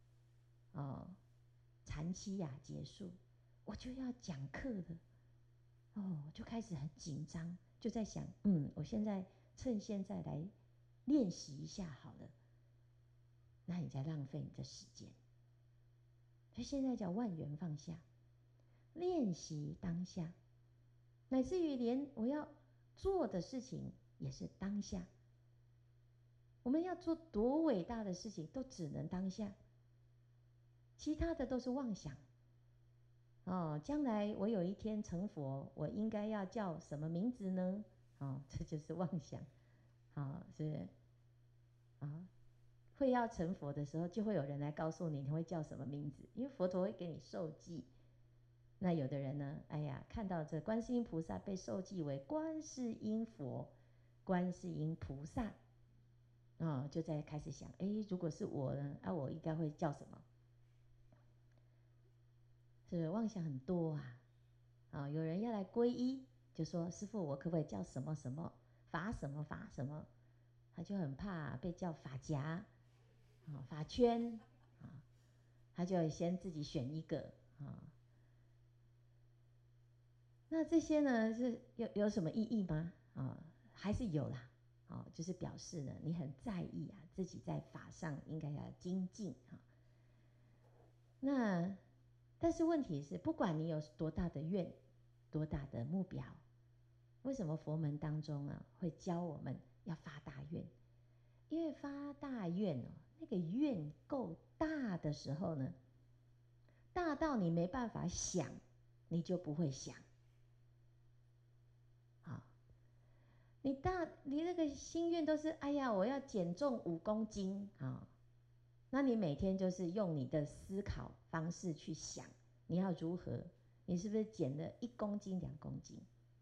禅期结束，我就要讲课了，就开始很紧张，就在想，我现在趁现在来练习一下好了，那你在浪费你的时间。所以现在叫万缘放下，练习当下，乃至于连我要做的事情也是当下。 我们要做多伟大的事情，都只能当下，其他的都是妄想。哦，将来我有一天成佛，我应该要叫什么名字呢？哦，这就是妄想。好、是不是？啊，会要成佛的时候，就会有人来告诉你你会叫什么名字，因为佛陀会给你授记。那有的人呢，哎呀，看到这观世音菩萨被授记为观世音佛、观世音菩萨，就在开始想，哎，如果是我呢，我应该会叫什么？是不是妄想很多啊？有人要来皈依，就说师父，我可不可以叫什么什么法什么法什么？他就很怕被叫法夹法圈他就先自己选一个那这些呢是有什么意义吗？还是有啦。就是表示呢你很在意自己在法上应该要精进那但是问题是，不管你有多大的愿、多大的目标，为什么佛门当中会教我们要发大愿？因为发大愿那个愿够大的时候呢，大到你没办法想，你就不会想。你那个心愿都是，哎呀，我要减重5公斤那你每天就是用你的思考方式去想，你要如何？你是不是减了1公斤、2公斤？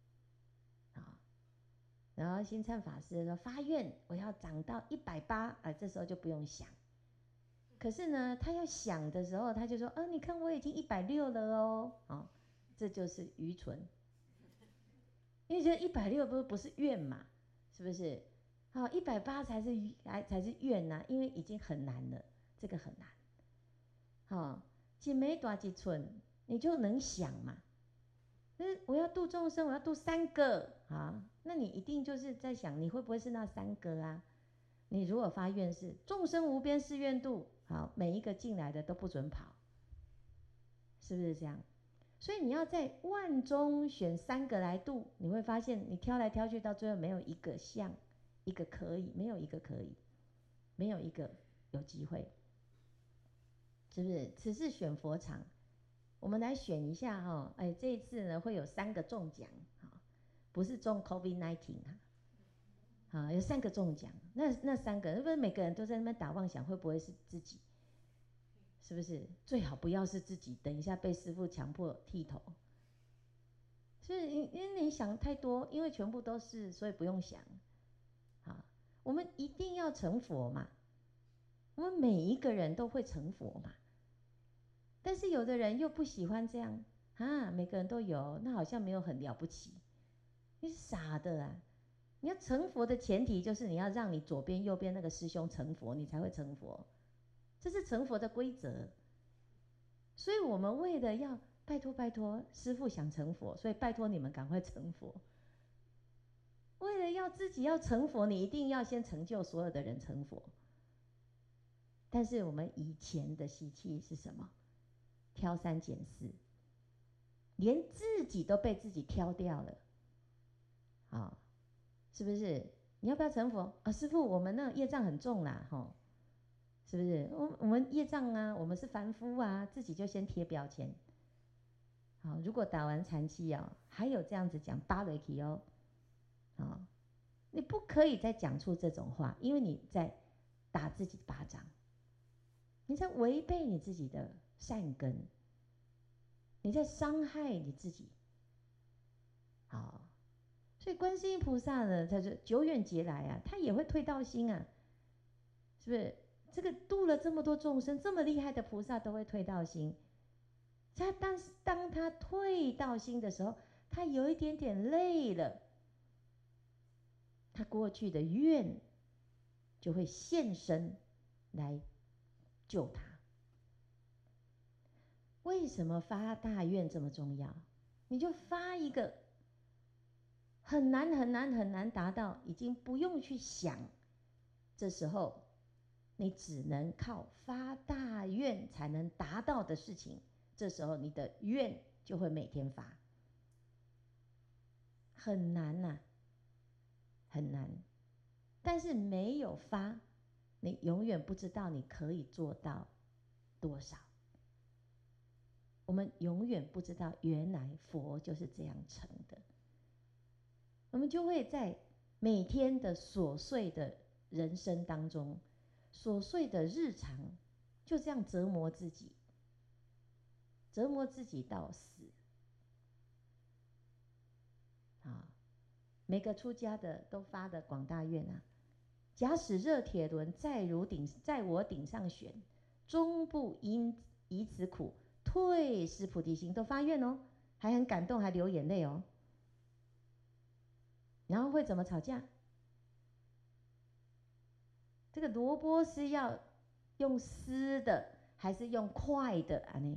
然后星灿法师说发愿我要长到180，这时候就不用想。可是呢，他要想的时候，他就说，你看我已经160了哦，这就是愚蠢。因为觉得160不是愿嘛，是不是？180才是愿呐，因为已经很难了，这个很难。几枚多几寸，你就能想嘛。我要度众生，我要度3个那你一定就是在想，你会不会是那3个啊？你如果发愿是众生无边誓愿度，好，每一个进来的都不准跑，是不是这样？所以你要在万中选3个来度，你会发现你挑来挑去，到最后没有一个像，一个可以，没有一个可以，没有一个有机会，是不是？此次选佛场，我们来选一下这一次呢会有3个中奖不是中 COVID-19有3个中奖，那3个，是不是每个人都在那边打妄想，会不会是自己？是不是？最好不要是自己，等一下被师父强迫剃头。所以因为你想太多，因为全部都是，所以不用想。我们一定要成佛嘛，我们每一个人都会成佛嘛。但是有的人又不喜欢这样每个人都有，那好像没有很了不起。你是傻的啊！你要成佛的前提就是你要让你左边右边那个师兄成佛，你才会成佛，这是成佛的规则。所以我们为了要拜托拜托师父想成佛，所以拜托你们赶快成佛。为了要自己要成佛，你一定要先成就所有的人成佛。但是我们以前的习气是什么？挑三拣四，连自己都被自己挑掉了是不是？你要不要成佛师父，我们那业障很重啦是不是？我们业障我们是凡夫自己就先贴标签。如果打完禅期还有这样子讲巴雷奇你不可以再讲出这种话，因为你在打自己的巴掌，你在违背你自己的善根，你在伤害你自己。所以观世音菩萨呢，他就久远劫来他也会退道心是不是？这个度了这么多众生，这么厉害的菩萨都会退道心。但是当他退道心的时候，他有一点点累了，他过去的愿就会现身来救他。为什么发大愿这么重要？你就发一个很难很难很难达到，已经不用去想，这时候你只能靠发大愿才能达到的事情，这时候你的愿就会每天发。很难很难。但是没有发， 你永远不知道你可以做到多少。我们永远不知道，原来佛就是这样成的。我们就会在每天的琐碎的人生当中，琐碎的日常，就这样折磨自己，折磨自己到死。啊，每个出家的都发的广大愿啊！假使热铁轮在我顶上旋，终不因以此苦，退失菩提心，都发愿哦，还很感动，还流眼泪哦。然后会怎么吵架？这个萝卜是要用丝的，还是用快的啊？呢？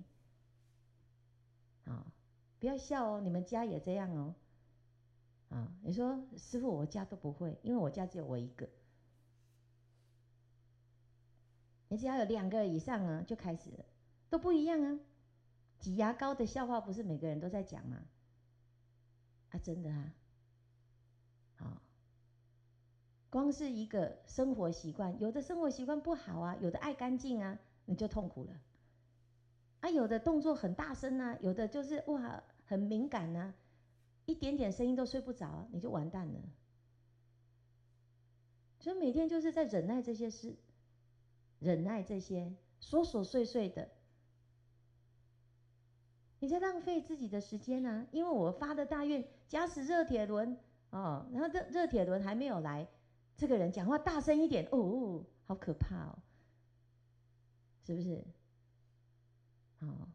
啊，不要笑哦，你们家也这样哦。啊，你说师父，我家都不会，因为我家只有我一个。你只要有2个以上啊，就开始了，都不一样啊。挤牙膏的笑话不是每个人都在讲吗？啊，真的啊。好，光是一个生活习惯，有的生活习惯不好啊，有的爱干净啊，你就痛苦了。啊，有的动作很大声啊，有的就是哇很敏感啊，一点点声音都睡不着，你就完蛋了。所以每天就是在忍耐这些事，忍耐这些琐琐碎碎的，你在浪费自己的时间啊！因为我发的大愿，假使热铁轮哦，然后热铁轮还没有来，这个人讲话大声一点哦，好可怕哦，是不是？哦，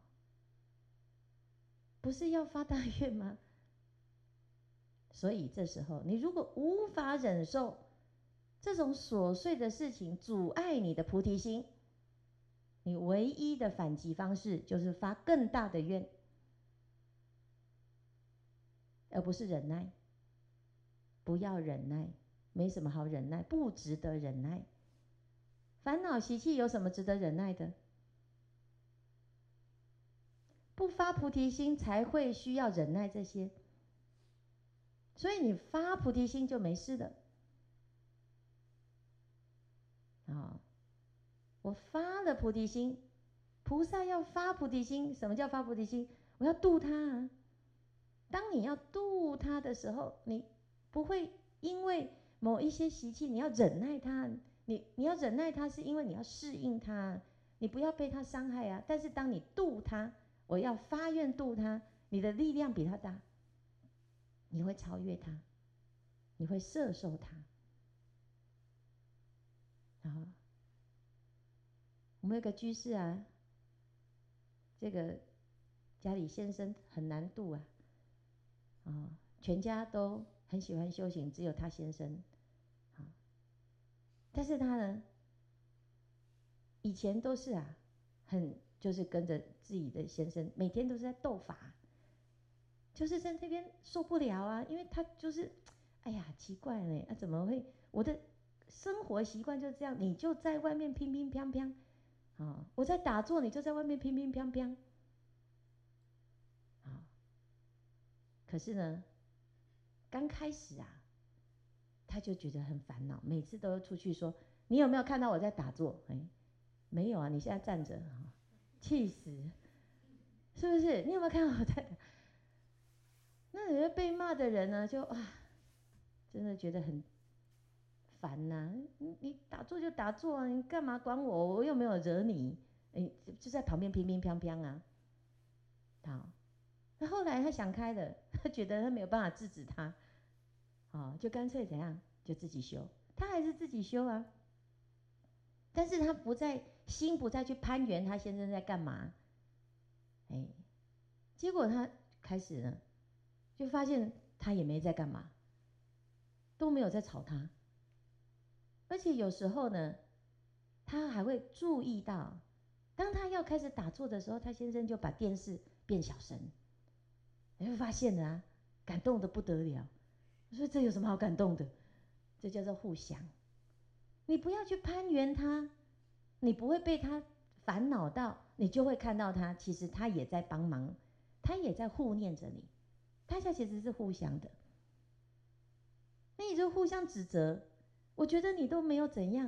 不是要发大愿吗？所以这时候，你如果无法忍受这种琐碎的事情阻碍你的菩提心，你唯一的反击方式就是发更大的愿，而不是忍耐。不要忍耐，没什么好忍耐，不值得忍耐。烦恼习气有什么值得忍耐的？不发菩提心才会需要忍耐这些，所以你发菩提心就没事了。啊，我发了菩提心，菩萨要发菩提心。什么叫发菩提心？我要度他啊。当你要度他的时候，你不会因为某一些习气，你要忍耐他。你要忍耐他，是因为你要适应他，你不要被他伤害啊。但是当你度他，我要发愿度他，你的力量比他大，你会超越他，你会摄受他。然后我们有个居士啊，这个家里先生很难度啊，啊，全家都很喜欢修行，只有他先生，啊，但是他呢，以前都是啊，就是跟着自己的先生，每天都是在斗法，就是在这边受不了啊，因为他就是，哎呀，奇怪了，啊，怎么会？我的生活习惯就是这样，你就在外面乒乒乓乓，啊，我在打坐，你就在外面乒乒乓乓，啊，可是呢，刚开始啊，他就觉得很烦恼，每次都出去说，你有没有看到我在打坐？哎，没有啊，你现在站着，气死，是不是？你有没有看到我在打？那有些被骂的人呢，就啊，真的觉得很烦呐、你打坐就打坐啊，你干嘛管我？我又没有惹你，哎，就在旁边乒乒乓乓啊。好，那后来他想开了，他觉得他没有办法制止他，哦，就干脆怎样，就自己修。他还是自己修啊，但是他心不再去攀援他先生在干嘛，哎，结果他开始呢，就发现他也没在干嘛，都没有在吵他，而且有时候呢，他还会注意到，当他要开始打坐的时候，他先生就把电视变小声，你会发现了啊，感动的不得了。我说这有什么好感动的？这叫做互相。你不要去攀援他，你不会被他烦恼到，你就会看到他其实他也在帮忙，他也在护念着你，大家其实是互相的。那你就互相指责，我觉得你都没有怎样，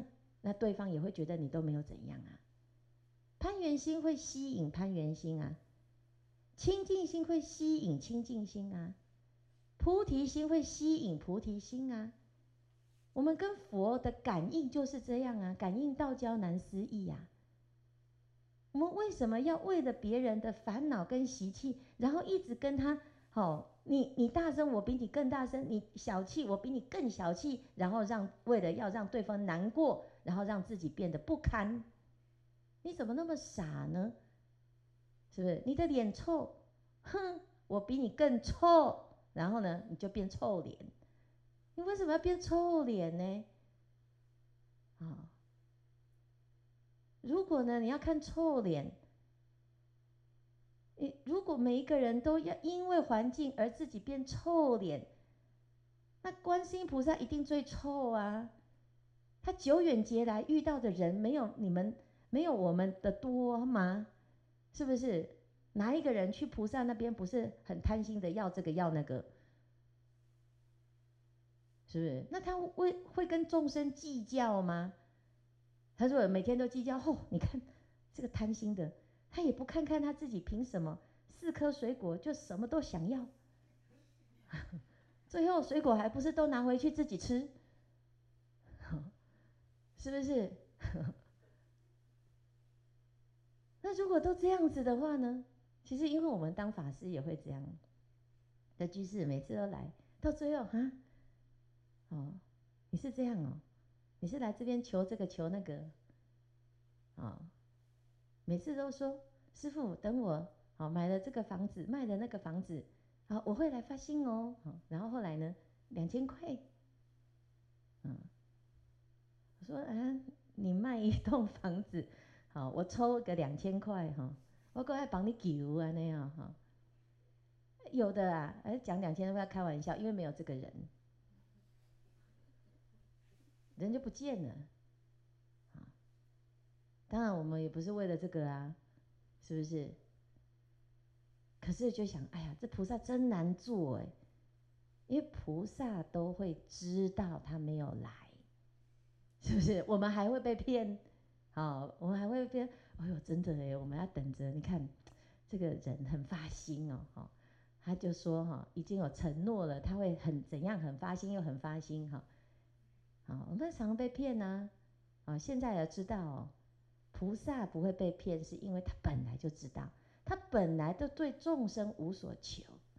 那对方也会觉得你都没有怎样啊。攀缘心会吸引攀缘心啊，清净心会吸引清净心啊，菩提心会吸引菩提心啊。我们跟佛的感应就是这样啊，感应道交难思议啊。我们为什么要为了别人的烦恼跟习气，然后一直跟他你大声，我比你更大声；你小气，我比你更小气，然后为了要让对方难过，然后让自己变得不堪。你怎么那么傻呢？是不是？你的脸臭，哼，我比你更臭，然后呢，你就变臭脸。你为什么要变臭脸呢？如果呢，你要看臭脸，如果每一个人都要因为环境而自己变臭脸，那观世音菩萨一定最臭啊！他久远劫来遇到的人，没有我们的多吗？是不是？哪一个人去菩萨那边不是很贪心的要这个要那个？是不是？那他会跟众生计较吗？他说每天都计较，你看这个贪心的，他也不看看他自己凭什么4颗水果就什么都想要，最后水果还不是都拿回去自己吃，是不是？那如果都这样子的话呢？其实因为我们当法师也会这样，的居士每次都来，到最后你是这样哦，你是来这边求这个求那个每次都说师父等我买了这个房子，卖了那个房子，我会来发心哦。然后后来呢，2000块，我说你卖一栋房子，我抽个2000块我过来帮你求啊那样有的啊，讲2000块开玩笑，因为没有这个人，人就不见了。当然我们也不是为了这个啊，是不是？可是就想，哎呀，这菩萨真难做哎，因为菩萨都会知道他没有来，是不是？我们还会被骗，我们还会被，哎呦，真的哎，我们要等着。你看这个人很发心哦，他就说已经有承诺了，他会很怎样，很发心又很发心我们常被骗呢，现在也知道菩萨不会被骗，是因为他本来就知道，他本来就对众生无所求，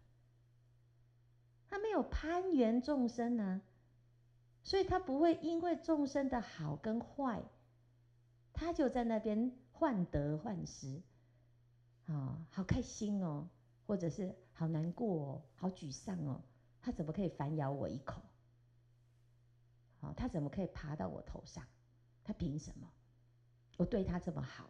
他没有攀缘众生啊，所以他不会因为众生的好跟坏，他就在那边患得患失，好开心哦，或者是好难过哦，好沮丧哦，他怎么可以反咬我一口？他怎么可以爬到我头上？他凭什么？我对他这么好，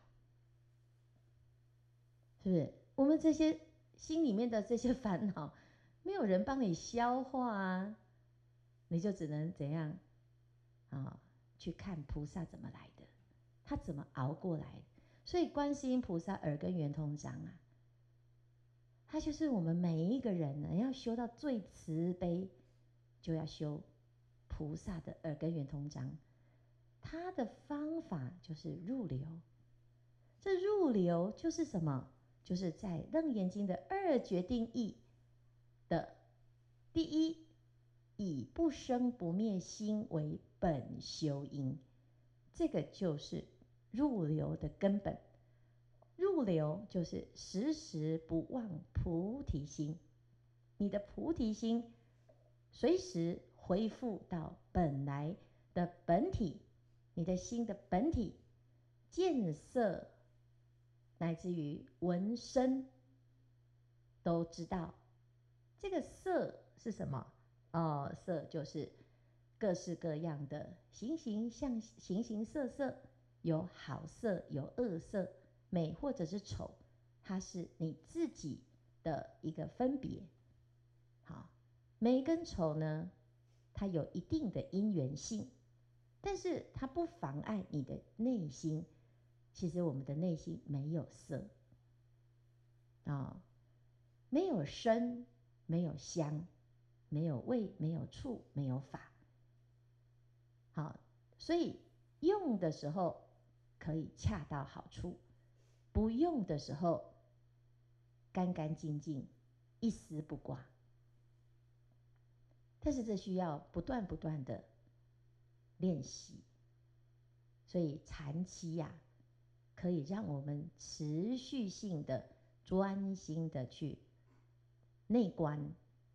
是不是？我们这些心里面的这些烦恼，没有人帮你消化啊，你就只能怎样去看菩萨怎么来的，他怎么熬过来的。所以观世音菩萨耳根圆通章啊，他就是我们每一个人呢，要修到最慈悲，就要修菩萨的耳根圆通章。他的方法就是入流，这入流就是什么？就是在《楞严经》的2决定义的第一，以不生不灭心为本修因，这个就是入流的根本。入流就是时时不忘菩提心，你的菩提心随时恢复到本来的本体，你的心的本体，见色乃至于闻声都知道。这个色是什么？色就是各式各样的形形色色，有好色，有恶色，美或者是丑，它是你自己的一个分别。好，美跟丑呢，它有一定的因缘性，但是它不妨碍你的内心。其实我们的内心没有色没有声，没有香，没有味，没有触，没有法。好，所以用的时候可以恰到好处，不用的时候干干净净，一丝不挂。但是这需要不断的练习，所以禅期呀，可以让我们持续性的、专心的去内观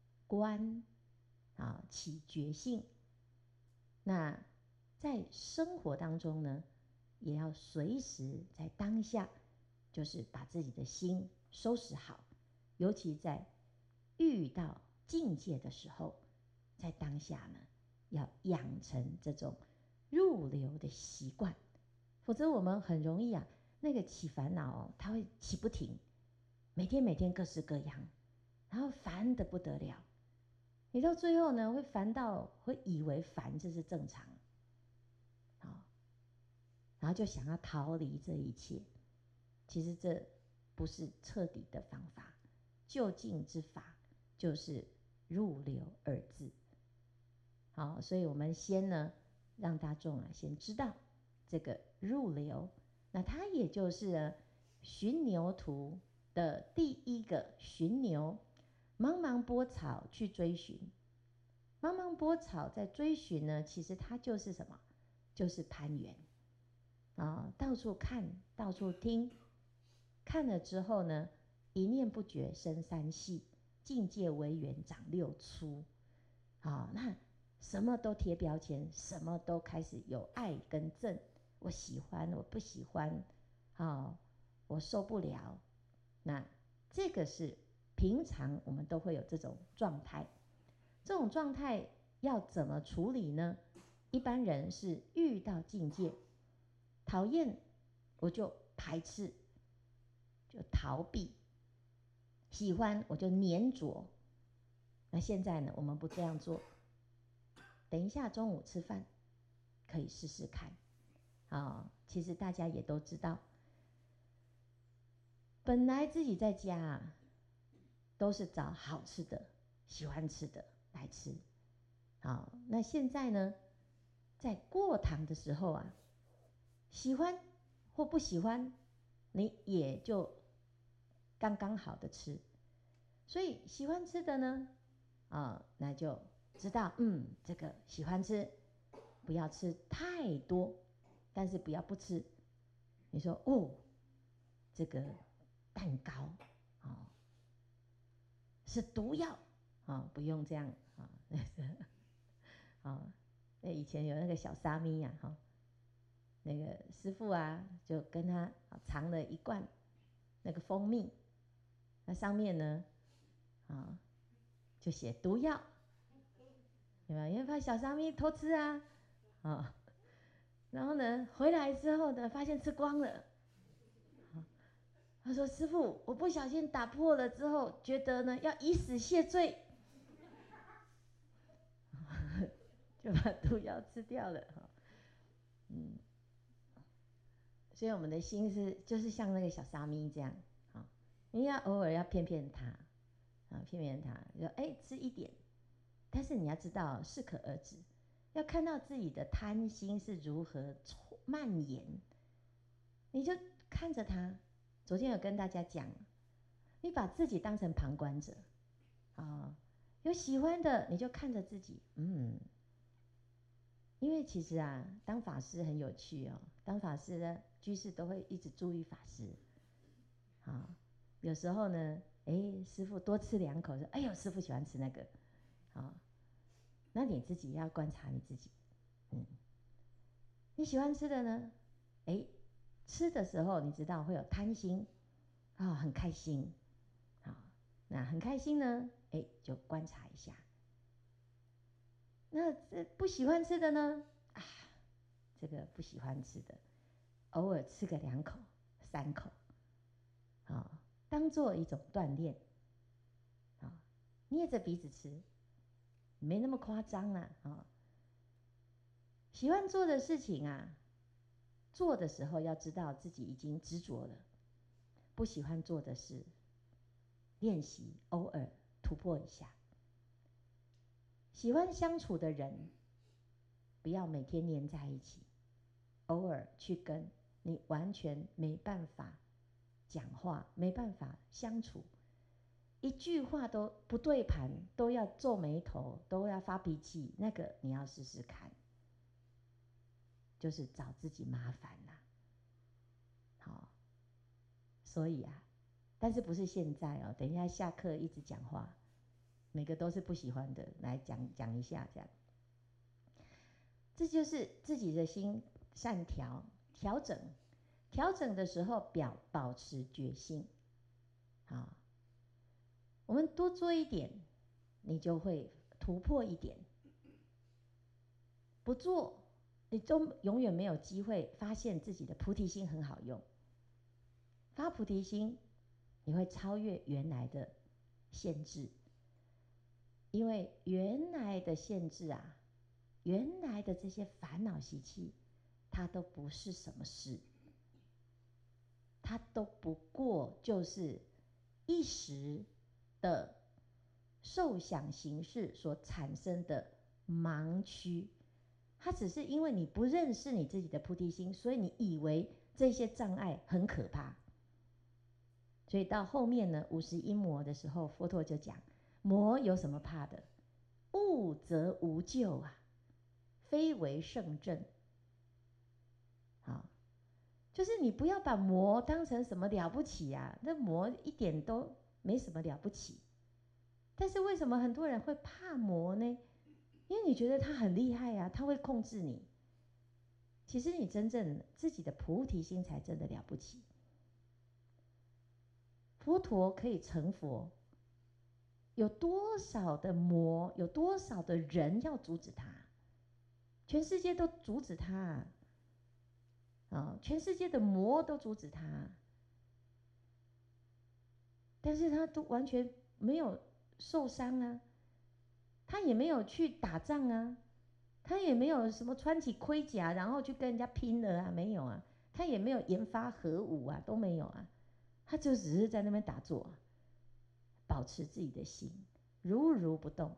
起觉性。那在生活当中呢，也要随时在当下，就是把自己的心收拾好，尤其在遇到境界的时候，在当下呢，要养成这种入流的习惯，否则我们很容易那个起烦恼它会起不停，每天各式各样，然后烦得不得了。你到最后呢，会烦到会以为烦这是正常，然后就想要逃离这一切。其实这不是彻底的方法，究竟之法就是入流二字。好，所以我们先呢，让大众先知道这个入流，那它也就是寻牛图的第一个寻牛，茫茫波草去追寻。茫茫波草在追寻呢，其实它就是什么？就是攀缘到处看，到处听，看了之后呢，一念不觉生三细，境界为缘长六粗。那什么都贴标签，什么都开始有爱跟憎，我喜欢，我不喜欢，我受不了。那这个是平常我们都会有这种状态，这种状态要怎么处理呢？一般人是遇到境界，讨厌我就排斥，就逃避；喜欢我就黏着。那现在呢，我们不这样做。等一下中午吃饭，可以试试看。其实大家也都知道，本来自己在家都是找好吃的、喜欢吃的来吃。那现在呢，在过堂的时候喜欢或不喜欢，你也就刚刚好的吃。所以喜欢吃的呢，那就知道，这个喜欢吃，不要吃太多，但是不要不吃。你说这个蛋糕是毒药不用这样那以前有那个小沙弥那个师父就跟他藏了一罐那个蜂蜜，那上面呢就写毒药，对吧？因为怕小沙弥偷吃然后呢回来之后呢，发现吃光了。他说：“师父，我不小心打破了之后，觉得呢要以死谢罪，就把毒药吃掉了。”所以我们的心就是像那个小沙弥这样你要偶尔要骗骗他骗骗他，说吃一点，但是你要知道适可而止，要看到自己的贪心是如何蔓延，你就看着他。昨天有跟大家讲，你把自己当成旁观者有喜欢的你就看着自己，因为其实当法师很有趣当法师的居士都会一直注意法师有时候呢，师父多吃2口，说：“哎呦，师父喜欢吃那个。”那你自己要观察你自己，你喜欢吃的呢？吃的时候你知道会有贪心很开心那很开心呢，就观察一下。那这不喜欢吃的呢？这个不喜欢吃的，偶尔吃个2口、3口当做一种锻炼捏着鼻子吃，没那么夸张喜欢做的事情做的时候要知道自己已经执着了。不喜欢做的事，练习偶尔突破一下。喜欢相处的人，不要每天黏在一起。 偶尔去跟你完全没办法讲话，没办法相处，一句话都不对盘，都要皱眉头，都要发脾气，那个你要试试看，就是找自己麻烦啦。好，所以啊，但是不是现在哦，等一下下课一直讲话，每个都是不喜欢的，来讲一下这样。这就是自己的心善调整，调整的时候保持决心。好，我们多做一点，你就会突破一点；不做，你都永远没有机会发现自己的菩提心很好用。发菩提心，你会超越原来的限制，因为原来的限制啊，原来的这些烦恼习气，它都不是什么事，它都不过就是一时的受想行识所产生的盲区。它只是因为你不认识你自己的菩提心，所以你以为这些障碍很可怕。所以到后面呢，51魔的时候，佛陀就讲，魔有什么怕的？悟则无救啊，非为圣正。好，就是你不要把魔当成什么了不起啊，那魔一点都没什么了不起。但是为什么很多人会怕魔呢？因为你觉得他很厉害啊，他会控制你。其实你真正自己的菩提心才真的了不起。佛陀可以成佛，有多少的魔，有多少的人要阻止他？全世界都阻止他啊！全世界的魔都阻止他，但是他都完全没有受伤啊，他也没有去打仗啊，他也没有什么穿起盔甲然后去跟人家拼了啊，没有啊，他也没有研发核武啊，都没有啊，他就只是在那边打坐啊，保持自己的心如不动。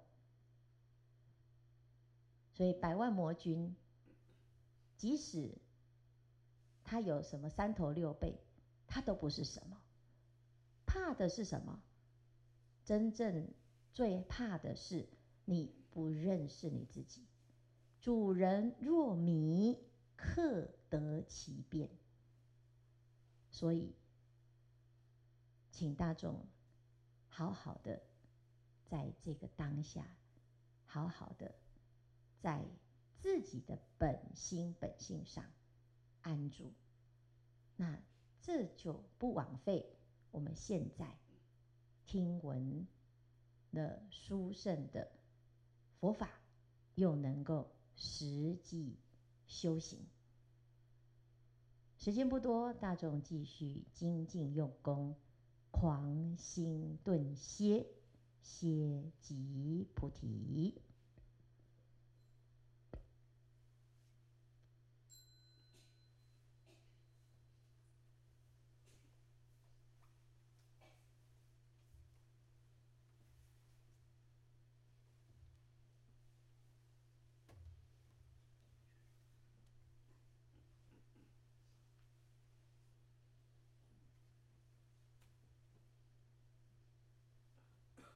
所以百万魔军，即使他有什么三头六臂，他都不是什么。怕的是什么？真正最怕的是你不认识你自己。主人若迷，克得其变。所以，请大众好好的在这个当下，好好的在自己的本心本性上安住。那这就不枉费我们现在听闻了殊胜的佛法，又能够实际修行。时间不多，大众继续精进用功，狂心顿歇，歇即菩提。